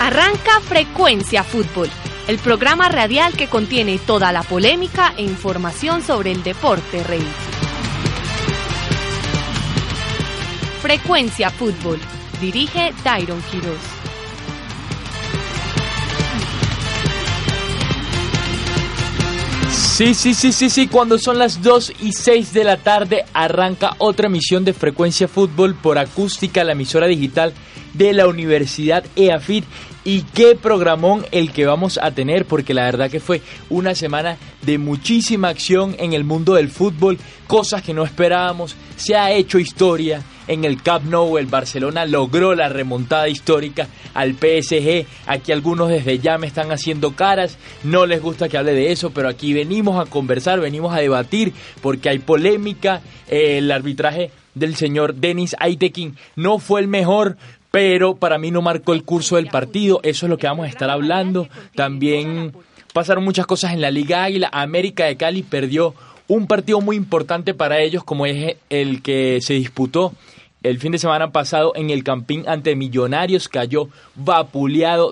Arranca Frecuencia Fútbol, el programa radial que contiene toda la polémica e información sobre el deporte rey. Frecuencia Fútbol, dirige Dairon Quiroz. Sí, cuando son las 2:06 de la tarde arranca otra emisión de Frecuencia Fútbol por Acústica, la emisora digital de la Universidad EAFIT. Y qué programón el que vamos a tener, porque la verdad que fue una semana de muchísima acción en el mundo del fútbol, cosas que no esperábamos. Se ha hecho historia en el Camp Nou. El Barcelona logró la remontada histórica al PSG. Aquí algunos desde ya me están haciendo caras, no les gusta que hable de eso, pero aquí venimos a conversar, venimos a debatir, porque hay polémica. El arbitraje del señor Denis Aitekin no fue el mejor, pero para mí no marcó el curso del partido. Eso es lo que vamos a estar hablando. También pasaron muchas cosas en la Liga Águila. América de Cali perdió un partido muy importante para ellos, como es el que se disputó el fin de semana pasado en el Campín ante Millonarios. Cayó vapuleado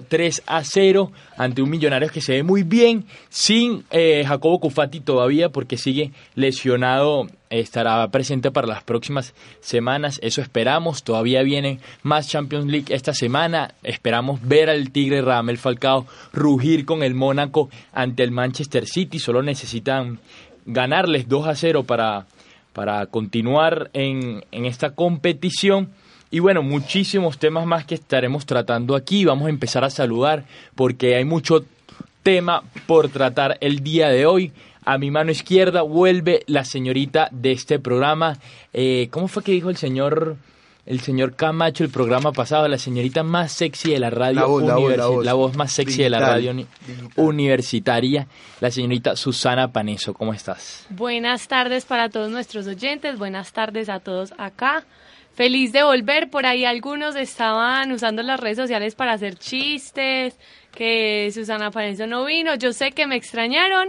3-0 ante un Millonarios que se ve muy bien, sin Jacobo Cufati todavía, porque sigue lesionado. Estará presente para las próximas semanas, eso esperamos. Todavía viene más Champions League esta semana. Esperamos ver al Tigre Radamel Falcao rugir con el Mónaco ante el Manchester City. Solo necesitan ganarles 2-0 para continuar en esta competición. Y bueno, muchísimos temas más que estaremos tratando aquí. Vamos a empezar a saludar porque hay mucho tema por tratar el día de hoy. A mi mano izquierda vuelve la señorita de este programa. ¿Cómo fue que dijo el señor Camacho el programa pasado? La señorita más sexy de la radio la voz más sexy digital, de la radio universitaria, la señorita Susana Paneso. ¿Cómo estás? Buenas tardes para todos nuestros oyentes, buenas tardes a todos acá. Feliz de volver. Por ahí algunos estaban usando las redes sociales para hacer chistes, que Susana Paneso no vino. Yo sé que me extrañaron.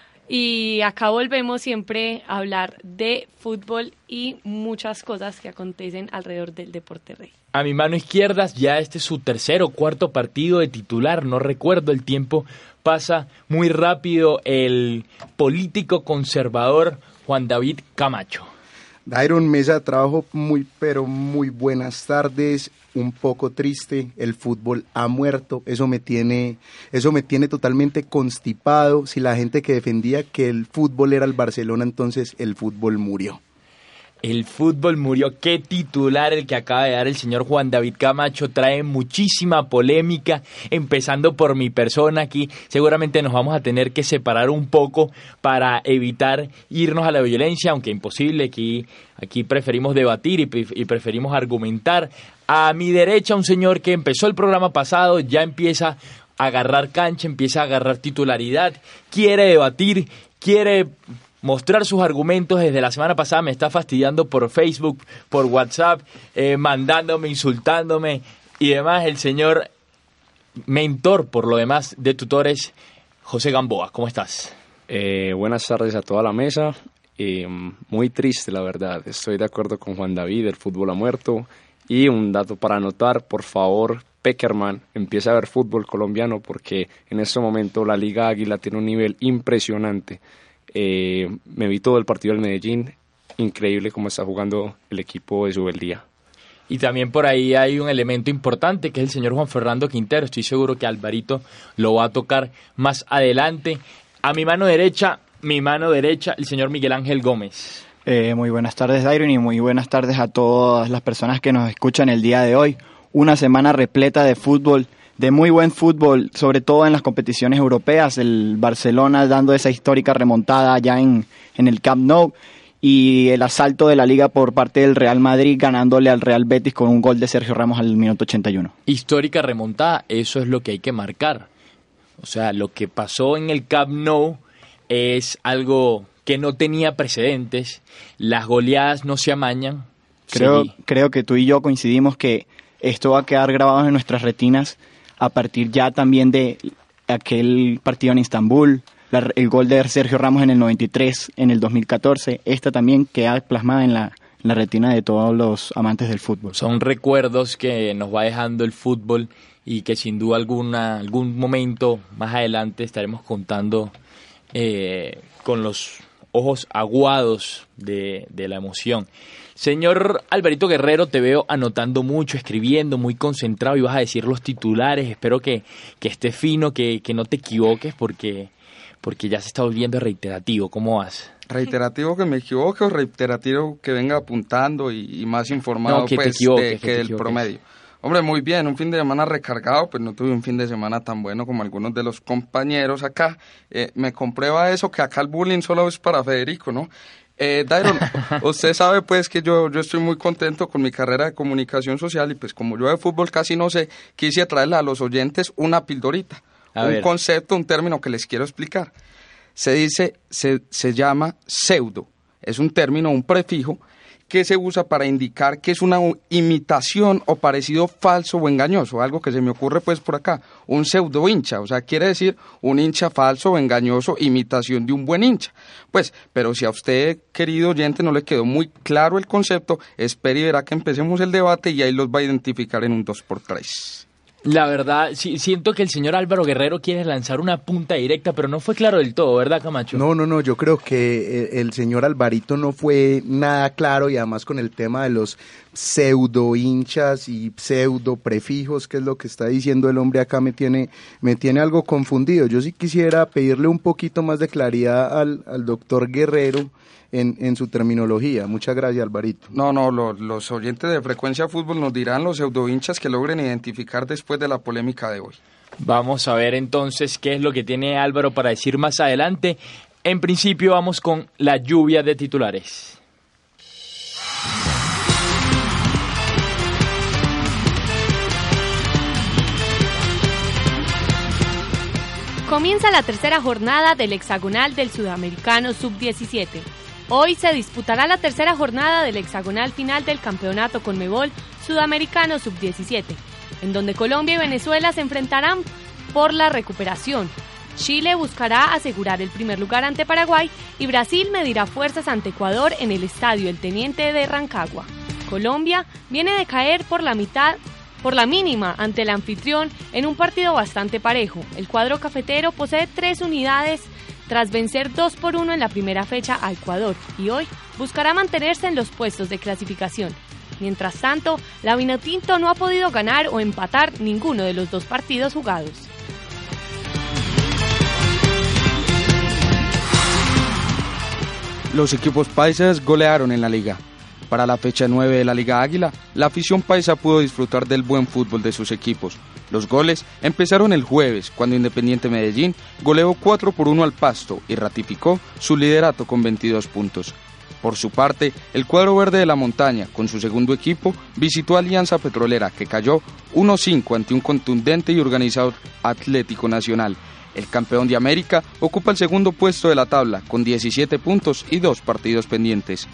Y acá volvemos siempre a hablar de fútbol y muchas cosas que acontecen alrededor del deporte rey. A mi mano izquierda, ya este es su tercer o cuarto partido de titular, no recuerdo, el tiempo pasa muy rápido. El político conservador Juan David Camacho. Dairon, mesa de trabajo, pero muy buenas tardes. Un poco triste, el fútbol ha muerto, eso me tiene totalmente constipado. Si la gente que defendía que el fútbol era el Barcelona, entonces el fútbol murió. El fútbol murió. Qué titular el que acaba de dar el señor Juan David Camacho. Trae muchísima polémica, empezando por mi persona. Aquí seguramente nos vamos a tener que separar un poco para evitar irnos a la violencia, aunque imposible. Aquí preferimos debatir y preferimos argumentar. A mi derecha, un señor que empezó el programa pasado, ya empieza a agarrar cancha, empieza a agarrar titularidad, quiere debatir, quiere mostrar sus argumentos. Desde la semana pasada me está fastidiando por Facebook, por WhatsApp, mandándome, insultándome y demás. El señor mentor, por lo demás, de tutores, José Gamboa. ¿Cómo estás? Buenas tardes a toda la mesa. Muy triste, la verdad. Estoy de acuerdo con Juan David, el fútbol ha muerto. Y un dato para anotar, por favor, Peckerman, empieza a ver fútbol colombiano, porque en este momento la Liga Águila tiene un nivel impresionante. Me vi todo el partido del Medellín, increíble cómo está jugando el equipo de Subeldía. Y también por ahí hay un elemento importante que es el señor Juan Fernando Quintero. Estoy seguro que Alvarito lo va a tocar más adelante. A mi mano derecha, el señor Miguel Ángel Gómez. Muy buenas tardes, Dairon, y muy buenas tardes a todas las personas que nos escuchan el día de hoy. Una semana repleta de fútbol, de muy buen fútbol, sobre todo en las competiciones europeas. El Barcelona dando esa histórica remontada allá en el Camp Nou, y el asalto de la Liga por parte del Real Madrid ganándole al Real Betis con un gol de Sergio Ramos al minuto 81. Histórica remontada, eso es lo que hay que marcar. O sea, lo que pasó en el Camp Nou es algo que no tenía precedentes. Las goleadas no se amañan. Creo que tú y yo coincidimos que esto va a quedar grabado en nuestras retinas a partir ya también de aquel partido en Estambul, el gol de Sergio Ramos en el 93, en el 2014. Esta también queda plasmada en la la retina de todos los amantes del fútbol. Son recuerdos que nos va dejando el fútbol y que sin duda algún momento más adelante estaremos contando con los ojos aguados de la emoción. Señor Alvarito Guerrero, te veo anotando mucho, escribiendo, muy concentrado, y vas a decir los titulares. Espero que esté fino, que no te equivoques, porque ya se está volviendo reiterativo. ¿Cómo vas? Reiterativo que me equivoque o reiterativo que venga apuntando y más informado, no, que pues, te equivoques, que del promedio. Hombre, muy bien, un fin de semana recargado, pues no tuve un fin de semana tan bueno como algunos de los compañeros acá. Me comprueba eso, que acá el bullying solo es para Federico, ¿no? Dairon, usted sabe pues que yo estoy muy contento con mi carrera de comunicación social, y pues como yo de fútbol casi no sé, quise traerle a los oyentes una pildorita, concepto, un término que les quiero explicar. Se llama pseudo, es un término, un prefijo que se usa para indicar que es una imitación o parecido falso o engañoso, algo que se me ocurre pues por acá, un pseudo hincha, o sea, quiere decir un hincha falso o engañoso, imitación de un buen hincha. Pues, pero si a usted, querido oyente, no le quedó muy claro el concepto, espere y verá que empecemos el debate y ahí los va a identificar en un 2x3. La verdad, sí, siento que el señor Álvaro Guerrero quiere lanzar una punta directa, pero no fue claro del todo, ¿verdad, Camacho? No, yo creo que el señor Alvarito no fue nada claro, y además con el tema de los pseudo hinchas y pseudo prefijos, que es lo que está diciendo el hombre acá, me tiene algo confundido. Yo sí quisiera pedirle un poquito más de claridad al doctor Guerrero en su terminología. Muchas gracias, Alvarito. No, los oyentes de Frecuencia Fútbol nos dirán los pseudo hinchas que logren identificar después de la polémica de hoy. Vamos a ver entonces qué es lo que tiene Álvaro para decir más adelante. En principio vamos con la lluvia de titulares. Comienza la tercera jornada del hexagonal del Sudamericano Sub-17. Hoy se disputará la tercera jornada del hexagonal final del Campeonato Conmebol Sudamericano Sub-17, en donde Colombia y Venezuela se enfrentarán por la recuperación. Chile buscará asegurar el primer lugar ante Paraguay y Brasil medirá fuerzas ante Ecuador en el Estadio El Teniente de Rancagua. Colombia viene de caer por la mínima ante el anfitrión en un partido bastante parejo. El cuadro cafetero posee 3 unidades tras vencer 2-1 en la primera fecha a Ecuador, y hoy buscará mantenerse en los puestos de clasificación. Mientras tanto, la Vinotinto no ha podido ganar o empatar ninguno de los 2 partidos jugados. Los equipos paisas golearon en la liga. Para la fecha 9 de la Liga Águila, la afición paisa pudo disfrutar del buen fútbol de sus equipos. Los goles empezaron el jueves, cuando Independiente Medellín goleó 4-1 al Pasto y ratificó su liderato con 22 puntos. Por su parte, el cuadro verde de la montaña, con su segundo equipo, visitó a Alianza Petrolera, que cayó 1-5 ante un contundente y organizado Atlético Nacional. El campeón de América ocupa el segundo puesto de la tabla, con 17 puntos y 2 partidos pendientes.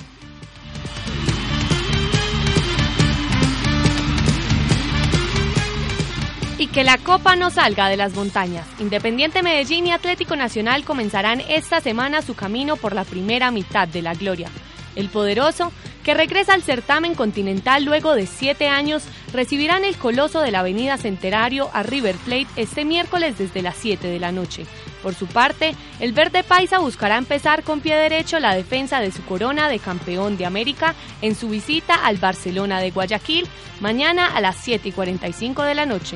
Y que la copa no salga de las montañas. Independiente Medellín y Atlético Nacional comenzarán esta semana su camino por la primera mitad de la gloria. El poderoso, que regresa al certamen continental luego de 7 años, recibirán el coloso de la Avenida Centenario a River Plate este miércoles desde las 7 de la noche. Por su parte, el verde paisa buscará empezar con pie derecho la defensa de su corona de campeón de América en su visita al Barcelona de Guayaquil mañana a las 7:45 de la noche.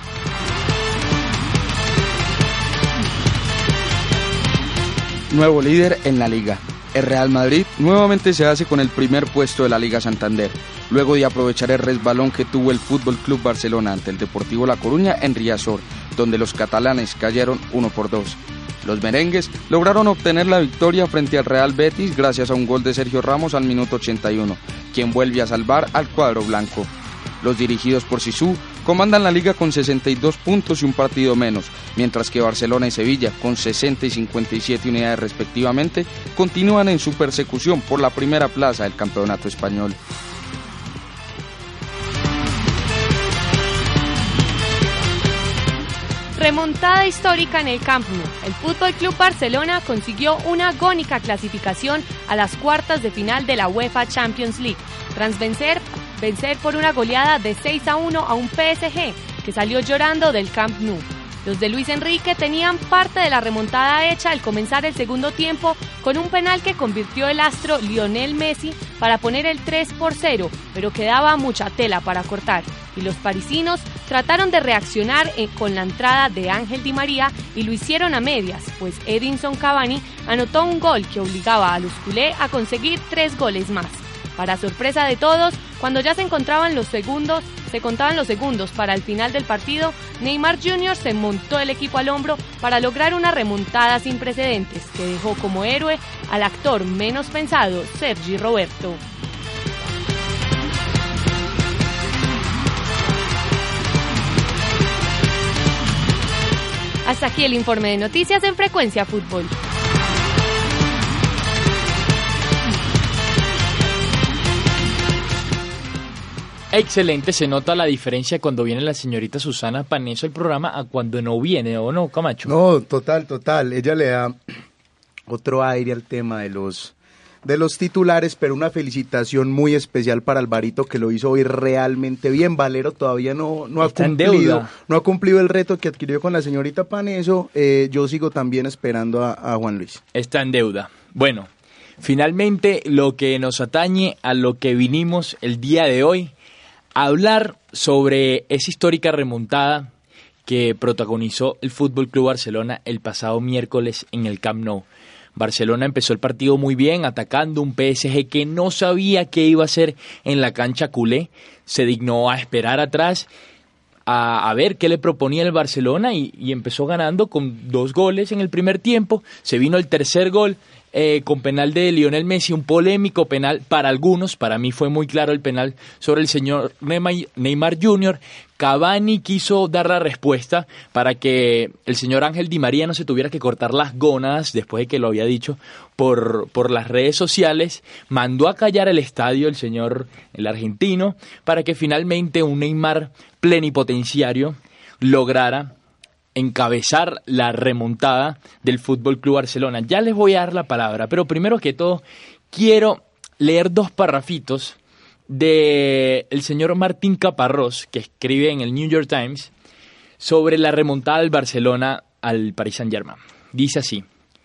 Nuevo líder en la liga. El Real Madrid nuevamente se hace con el primer puesto de la Liga Santander, luego de aprovechar el resbalón que tuvo el Fútbol Club Barcelona ante el Deportivo La Coruña en Riazor, donde los catalanes cayeron 1-2. Los merengues lograron obtener la victoria frente al Real Betis gracias a un gol de Sergio Ramos al minuto 81, quien vuelve a salvar al cuadro blanco. Los dirigidos por Zizou comandan la liga con 62 puntos y un partido menos, mientras que Barcelona y Sevilla, con 60 y 57 unidades respectivamente, continúan en su persecución por la primera plaza del campeonato español. Remontada histórica en el Camp Nou. El Fútbol Club Barcelona consiguió una agónica clasificación a las cuartas de final de la UEFA Champions League, tras vencer por una goleada de 6-1 a un PSG que salió llorando del Camp Nou. Los de Luis Enrique tenían parte de la remontada hecha al comenzar el segundo tiempo con un penal que convirtió el astro Lionel Messi para poner el 3-0, pero quedaba mucha tela para cortar. Y los parisinos trataron de reaccionar con la entrada de Ángel Di María y lo hicieron a medias, pues Edinson Cavani anotó un gol que obligaba a los culés a conseguir 3 goles más. Para sorpresa de todos, cuando ya se contaban los segundos para el final del partido, Neymar Jr. se montó el equipo al hombro para lograr una remontada sin precedentes que dejó como héroe al actor menos pensado, Sergi Roberto. Hasta aquí el informe de noticias en Frecuencia Fútbol. Excelente, se nota la diferencia cuando viene la señorita Susana Paneso al programa a cuando no viene, ¿o no, Camacho? No, total. Ella le da otro aire al tema de los titulares, pero una felicitación muy especial para Alvarito, que lo hizo hoy realmente bien. Valero todavía no ha cumplido el reto que adquirió con la señorita Paneso. Yo sigo también esperando a Juan Luis. Está en deuda. Bueno, finalmente lo que nos atañe, a lo que vinimos el día de hoy, hablar sobre esa histórica remontada que protagonizó el Fútbol Club Barcelona el pasado miércoles en el Camp Nou. Barcelona empezó el partido muy bien, atacando un PSG que no sabía qué iba a hacer en la cancha culé. Se dignó a esperar atrás a ver qué le proponía el Barcelona y empezó ganando con 2 goles en el primer tiempo. Se vino el tercer gol con penal de Lionel Messi, un polémico penal para algunos. Para mí fue muy claro el penal sobre el señor Neymar Jr. Cavani quiso dar la respuesta para que el señor Ángel Di María no se tuviera que cortar las gónadas después de que lo había dicho por las redes sociales. Mandó a callar el estadio el argentino, para que finalmente un Neymar plenipotenciario lograra encabezar la remontada del Fútbol Club Barcelona. Ya les voy a dar la palabra, pero primero que todo quiero leer 2 parrafitos de el señor Martín Caparrós, que escribe en el New York Times sobre la remontada del Barcelona al Paris Saint-Germain. Dice así: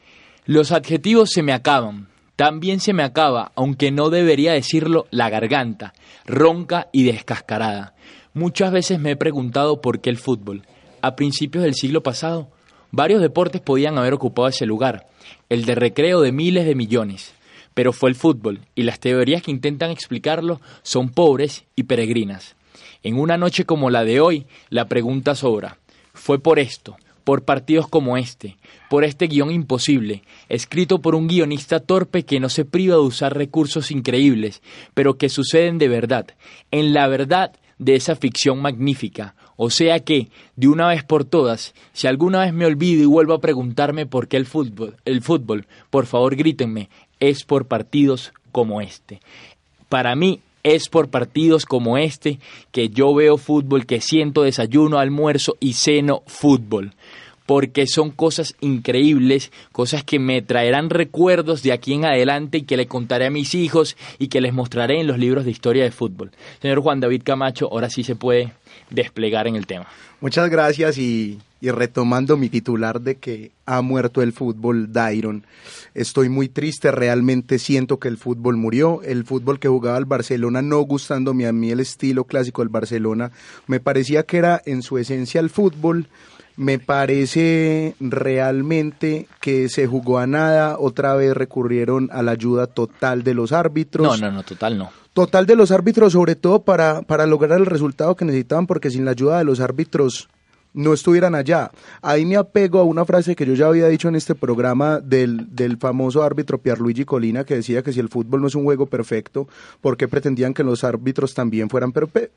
los adjetivos se me acaban. También se me acaba, aunque no debería decirlo, la garganta, ronca y descascarada. Muchas veces me he preguntado por qué el fútbol. A principios del siglo pasado, varios deportes podían haber ocupado ese lugar, el de recreo de miles de millones. Pero fue el fútbol, y las teorías que intentan explicarlo son pobres y peregrinas. En una noche como la de hoy, la pregunta sobra. Fue por esto, por partidos como este, por este guión imposible, escrito por un guionista torpe que no se priva de usar recursos increíbles, pero que suceden de verdad, en la verdad de esa ficción magnífica. O sea que, de una vez por todas, si alguna vez me olvido y vuelvo a preguntarme por qué el fútbol, por favor grítenme, es por partidos como este. Para mí es por partidos como este que yo veo fútbol, que siento desayuno, almuerzo y ceno fútbol. Porque son cosas increíbles, cosas que me traerán recuerdos de aquí en adelante y que le contaré a mis hijos y que les mostraré en los libros de historia de fútbol. Señor Juan David Camacho, ahora sí se puede desplegar en el tema. Muchas gracias y retomando mi titular de que ha muerto el fútbol, Dairon, estoy muy triste, realmente siento que el fútbol murió, el fútbol que jugaba el Barcelona, no gustándome a mí el estilo clásico del Barcelona, me parecía que era en su esencia el fútbol. Me parece realmente que se jugó a nada, otra vez recurrieron a la ayuda total de los árbitros. No, total no. Total de los árbitros, sobre todo para lograr el resultado que necesitaban, porque sin la ayuda de los árbitros no estuvieran allá. Ahí me apego a una frase que yo ya había dicho en este programa del famoso árbitro Pierluigi Collina, que decía que si el fútbol no es un juego perfecto, ¿por qué pretendían que los árbitros también fueran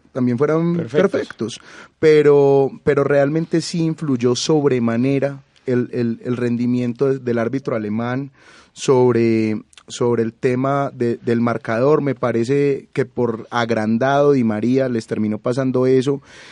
perfectos? Pero realmente sí influyó sobremanera el rendimiento del árbitro alemán sobre el tema del marcador. Me parece que por agrandado Di María les terminó pasando eso.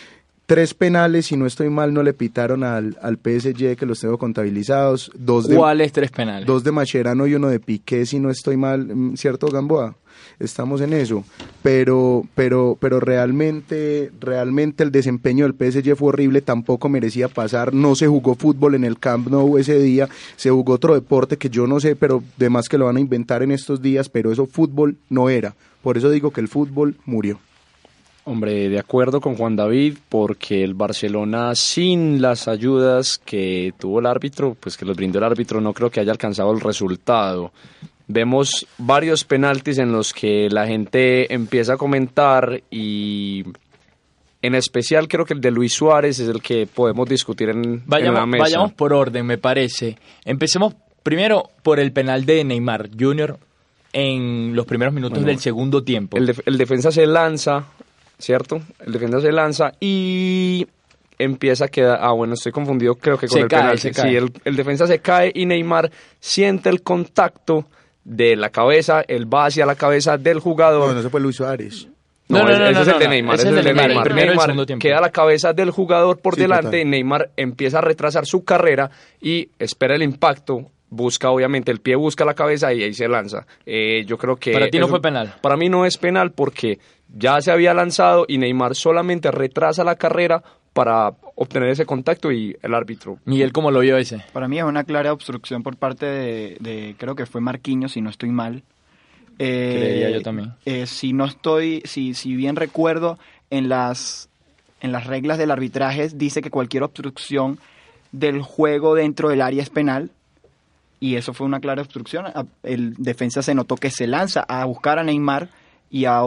3 penales, si no estoy mal, no le pitaron al PSG, que los tengo contabilizados. ¿Cuáles 3 penales? 2 de Mascherano y 1 de Piqué, si no estoy mal, ¿cierto, Gamboa? Estamos en eso, pero realmente el desempeño del PSG fue horrible, tampoco merecía pasar, no se jugó fútbol en el Camp Nou ese día, se jugó otro deporte que yo no sé, pero de más que lo van a inventar en estos días, pero eso fútbol no era, por eso digo que el fútbol murió. Hombre, de acuerdo con Juan David, porque el Barcelona, sin las ayudas que tuvo el árbitro, pues que los brindó el árbitro, no creo que haya alcanzado el resultado. Vemos varios penaltis en los que la gente empieza a comentar y en especial creo que el de Luis Suárez es el que podemos discutir en la mesa. Vayamos por orden, me parece. Empecemos primero por el penal de Neymar Jr. en los primeros minutos del segundo tiempo. El defensa se lanza, ¿cierto? El defensa se lanza y empieza a quedar... estoy confundido, creo que con el penal. Sí, el defensa se cae y Neymar siente el contacto de la cabeza, él va hacia la cabeza del jugador. No, ese fue Luis Suárez. Ese es el de Neymar. Ese es el de Neymar. Primero Neymar segundo tiempo. queda la cabeza del jugador por delante, total. Neymar empieza a retrasar su carrera y espera el impacto, busca obviamente el pie, busca la cabeza y ahí se lanza. Yo creo que... ¿Para ti no fue penal? Para mí no es penal porque ya se había lanzado y Neymar solamente retrasa la carrera para obtener ese contacto y el árbitro. Miguel, ¿cómo lo vio ese? Para mí es una clara obstrucción por parte de creo que fue Marquinhos, si no estoy mal. Creería yo también. Si bien recuerdo, en las reglas del arbitraje dice que cualquier obstrucción del juego dentro del área es penal, y eso fue una clara obstrucción. El defensa se notó que se lanza a buscar a Neymar y a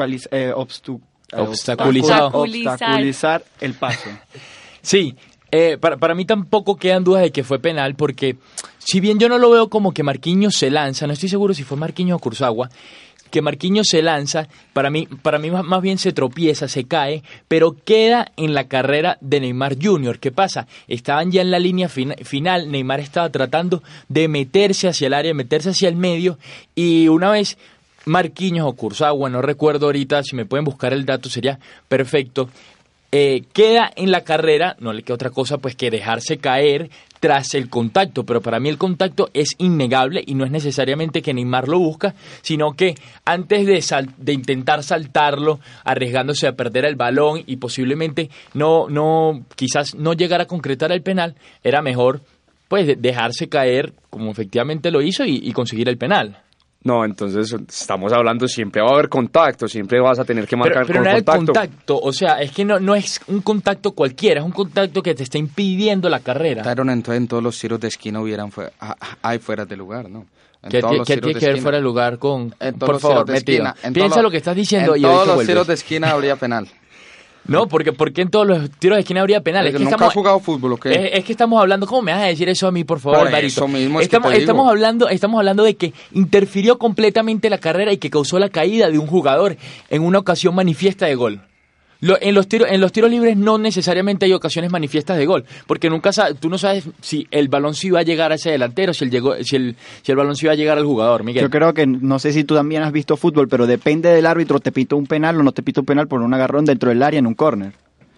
obstaculizar el paso. Sí, para mí tampoco quedan dudas de que fue penal, porque si bien yo no lo veo como que Marquinhos se lanza, no estoy seguro si fue Marquinhos o Kurzawa, que Marquinhos se lanza, para mí más bien se tropieza, se cae, pero queda en la carrera de Neymar Jr. ¿Qué pasa? Estaban ya en la línea final, Neymar estaba tratando de meterse hacia el área, meterse hacia el medio, y una vez Marquinhos o Kurzawa, no recuerdo ahorita, si me pueden buscar el dato sería perfecto, queda en la carrera, no le queda otra cosa pues que dejarse caer tras el contacto, pero para mí el contacto es innegable y no es necesariamente que Neymar lo busca, sino que antes de intentar saltarlo, arriesgándose a perder el balón y posiblemente quizás no llegar a concretar el penal, era mejor pues dejarse caer como efectivamente lo hizo y conseguir el penal. No, entonces estamos hablando, siempre va a haber contacto, siempre vas a tener que marcar pero con no contacto. Pero no es el contacto, o sea, es que no es un contacto cualquiera, es un contacto que te está impidiendo la carrera. Claro, entonces en todos los tiros de esquina hay fuera de lugar, ¿no? ¿Qué tiene que ver fuera de lugar con...? Por favor, metido. Piensa lo que estás diciendo y en todos los tiros de esquina habría penal. No, porque en todos los tiros de esquina habría penal. Es que ¿nunca has jugado fútbol o qué? Es que estamos hablando, ¿cómo me vas a decir eso a mí, por favor, Por Darito? eso mismo es estamos hablando de que interfirió completamente la carrera y que causó la caída de un jugador en una ocasión manifiesta de gol. En los tiros libres no necesariamente hay ocasiones manifiestas de gol, porque tú no sabes si el balón sí iba a llegar a ese delantero, si el balón sí iba a llegar al jugador, Miguel. Yo creo que, no sé si tú también has visto fútbol, pero depende del árbitro, te pita un penal o no te pita un penal por un agarrón dentro del área en un córner.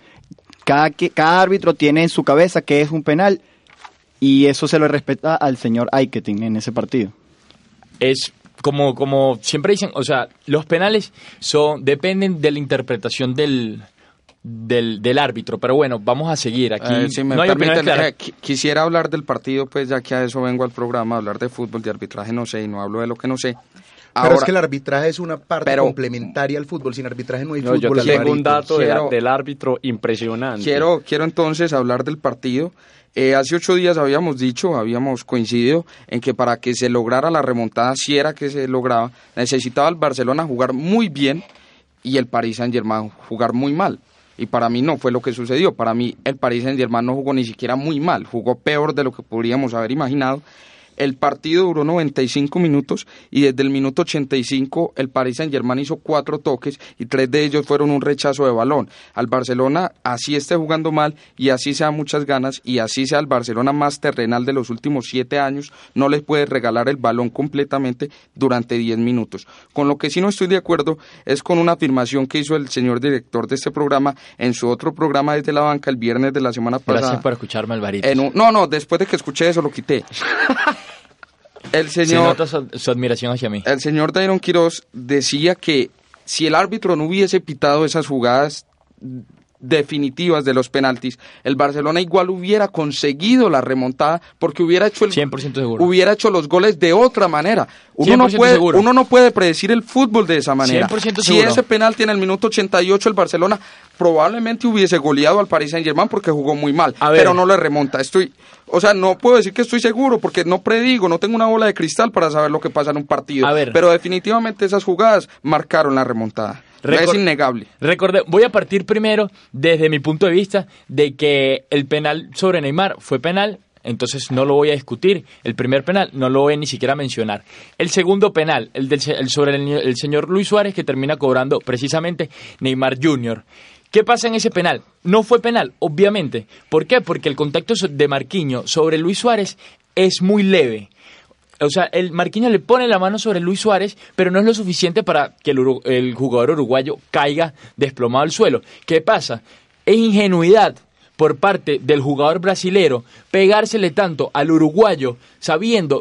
Cada árbitro tiene en su cabeza qué es un penal y eso se lo respeta al señor Aiketin en ese partido. Es como siempre dicen, o sea, los penales dependen de la interpretación del árbitro, pero bueno, vamos a seguir aquí. Si me permiten, quisiera hablar del partido, pues ya que a eso vengo al programa, hablar de fútbol, de arbitraje no sé, y no hablo de lo que no sé. Pero es que el arbitraje es una parte complementaria al fútbol, sin arbitraje no hay fútbol. Yo tengo un dato del árbitro impresionante. Quiero entonces hablar del partido. Hace 8 días habíamos coincidido en que para que se lograra la remontada, si era que se lograba, necesitaba el Barcelona jugar muy bien y el Paris Saint-Germain jugar muy mal. Y para mí no fue lo que sucedió. Para mí el Paris Saint-Germain no jugó ni siquiera muy mal, jugó peor de lo que podríamos haber imaginado. El partido duró 95 minutos y desde el minuto 85 el Paris Saint-Germain hizo 4 toques y 3 de ellos fueron un rechazo de balón. Al Barcelona, así esté jugando mal y así sea muchas ganas y así sea el Barcelona más terrenal de los últimos 7 años, no les puede regalar el balón completamente durante 10 minutos. Con lo que sí no estoy de acuerdo es con una afirmación que hizo el señor director de este programa en su otro programa desde la banca el viernes de la semana pasada. Gracias por escucharme, Alvarito. No, después de que escuché eso lo quité. El señor, se nota su admiración hacia mí. El señor Dairon Quirós decía que si el árbitro no hubiese pitado esas jugadas definitivas de los penaltis, el Barcelona igual hubiera conseguido la remontada porque hubiera hecho 100% seguro. Hubiera hecho los goles de otra manera. Uno no puede predecir el fútbol de esa manera. 100% seguro. Si ese penalti en el minuto 88 el Barcelona probablemente hubiese goleado al Paris Saint-Germain porque jugó muy mal, pero no le remonta. No puedo decir que estoy seguro porque no predigo, no tengo una bola de cristal para saber lo que pasa en un partido. Pero definitivamente esas jugadas marcaron la remontada. Es innegable. Voy a partir primero desde mi punto de vista de que el penal sobre Neymar fue penal, entonces no lo voy a discutir. El primer penal no lo voy a ni siquiera mencionar. El segundo penal, el sobre el señor Luis Suárez, que termina cobrando precisamente Neymar Jr. ¿Qué pasa en ese penal? No fue penal, obviamente. ¿Por qué? Porque el contacto de Marquinhos sobre Luis Suárez es muy leve. O sea, el Marquinhos le pone la mano sobre Luis Suárez, pero no es lo suficiente para que el jugador uruguayo caiga desplomado al suelo. ¿Qué pasa? Es ingenuidad por parte del jugador brasilero pegársele tanto al uruguayo sabiendo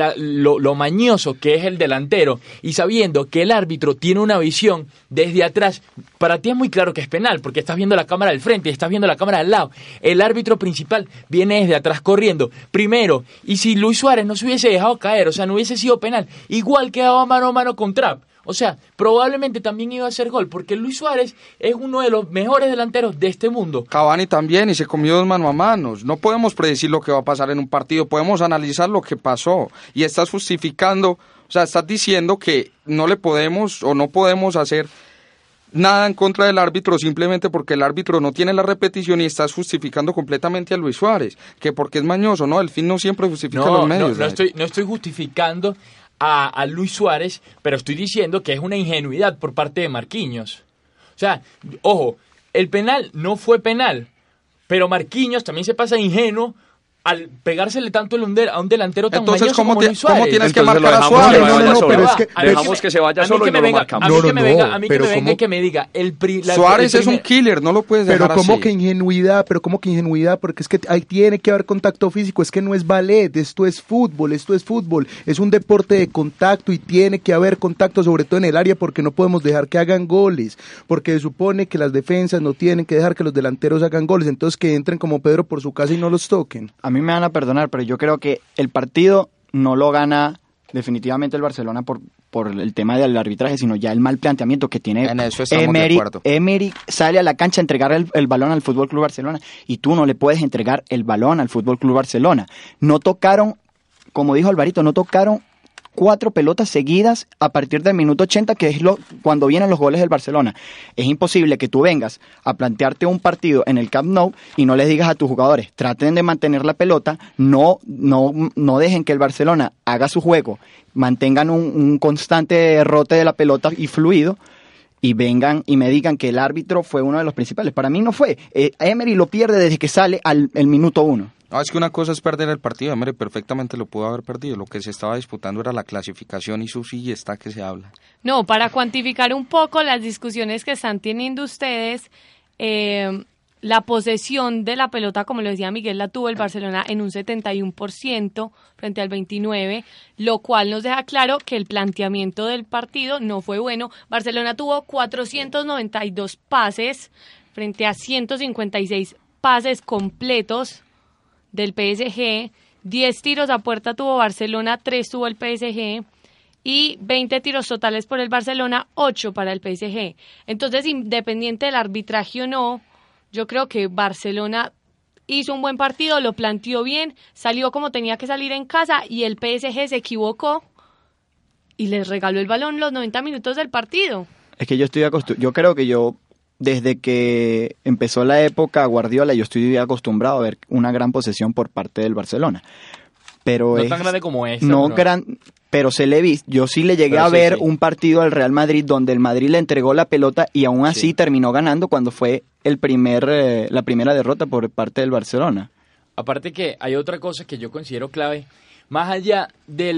lo mañoso que es el delantero y sabiendo que el árbitro tiene una visión desde atrás. Para ti es muy claro que es penal porque estás viendo la cámara del frente y estás viendo la cámara al lado. El árbitro principal viene desde atrás corriendo primero, y si Luis Suárez no se hubiese dejado caer, o sea, no hubiese sido penal, igual quedaba mano a mano con Trapp. O sea, probablemente también iba a ser gol, porque Luis Suárez es uno de los mejores delanteros de este mundo. Cavani también, y se comió 2 mano a manos. No podemos predecir lo que va a pasar en un partido, podemos analizar lo que pasó. Y estás justificando, o sea, estás diciendo que no le podemos o no podemos hacer nada en contra del árbitro simplemente porque el árbitro no tiene la repetición, y estás justificando completamente a Luis Suárez, que porque es mañoso, ¿no? El fin no siempre justifica los medios. No estoy justificando a Luis Suárez, pero estoy diciendo que es una ingenuidad por parte de Marquinhos. O sea, ojo, el penal no fue penal, pero Marquinhos también se pasa ingenuo al pegársele tanto a un delantero tan mañoso como Luis Suárez. ¿Cómo tienes que marcar a Suárez? Pero es que dejamos que se vaya solo y no lo marcamos. A mí que me venga y que me diga Suárez es un killer, no lo puedes dejar así. Pero cómo que ingenuidad, porque es que ahí tiene que haber contacto físico, es que no es ballet, esto es fútbol, es un deporte de contacto y tiene que haber contacto, sobre todo en el área, porque no podemos dejar que hagan goles, porque se supone que las defensas no tienen que dejar que los delanteros hagan goles, entonces que entren como Pedro por su casa y no los toquen. A mí me van a perdonar, pero yo creo que el partido no lo gana definitivamente el Barcelona por el tema del arbitraje, sino ya el mal planteamiento que tiene en eso estamos de acuerdo. Emery sale a la cancha a entregar el balón al FC Barcelona y tú no le puedes entregar el balón al FC Barcelona. No tocaron, como dijo Alvarito, 4 pelotas seguidas a partir del minuto 80, que es cuando vienen los goles del Barcelona. Es imposible que tú vengas a plantearte un partido en el Camp Nou y no les digas a tus jugadores, traten de mantener la pelota, no dejen que el Barcelona haga su juego, mantengan un constante rote de la pelota y fluido, y vengan y me digan que el árbitro fue uno de los principales. Para mí no fue. Emery lo pierde desde que sale el minuto 1. No, es que una cosa es perder el partido, Emery perfectamente lo pudo haber perdido. Lo que se estaba disputando era la clasificación y su sí está que se habla. No, para cuantificar un poco las discusiones que están teniendo ustedes, la posesión de la pelota, como lo decía Miguel, la tuvo el Barcelona en un 71% frente al 29%, lo cual nos deja claro que el planteamiento del partido no fue bueno. Barcelona tuvo 492 pases frente a 156 pases completos del PSG, 10 tiros a puerta tuvo Barcelona, 3 tuvo el PSG, y 20 tiros totales por el Barcelona, 8 para el PSG. Entonces, independiente del arbitraje o no, yo creo que Barcelona hizo un buen partido, lo planteó bien, salió como tenía que salir en casa, y el PSG se equivocó y les regaló el balón los 90 minutos del partido. Es que yo creo que desde que empezó la época Guardiola, yo estoy acostumbrado a ver una gran posesión por parte del Barcelona. pero no tan grande como esta. No pero... gran, pero se le vi. Yo sí le llegué pero a ver sí. un partido al Real Madrid donde el Madrid le entregó la pelota y aún así terminó ganando cuando fue la primera derrota por parte del Barcelona. Aparte que hay otra cosa que yo considero clave, más allá del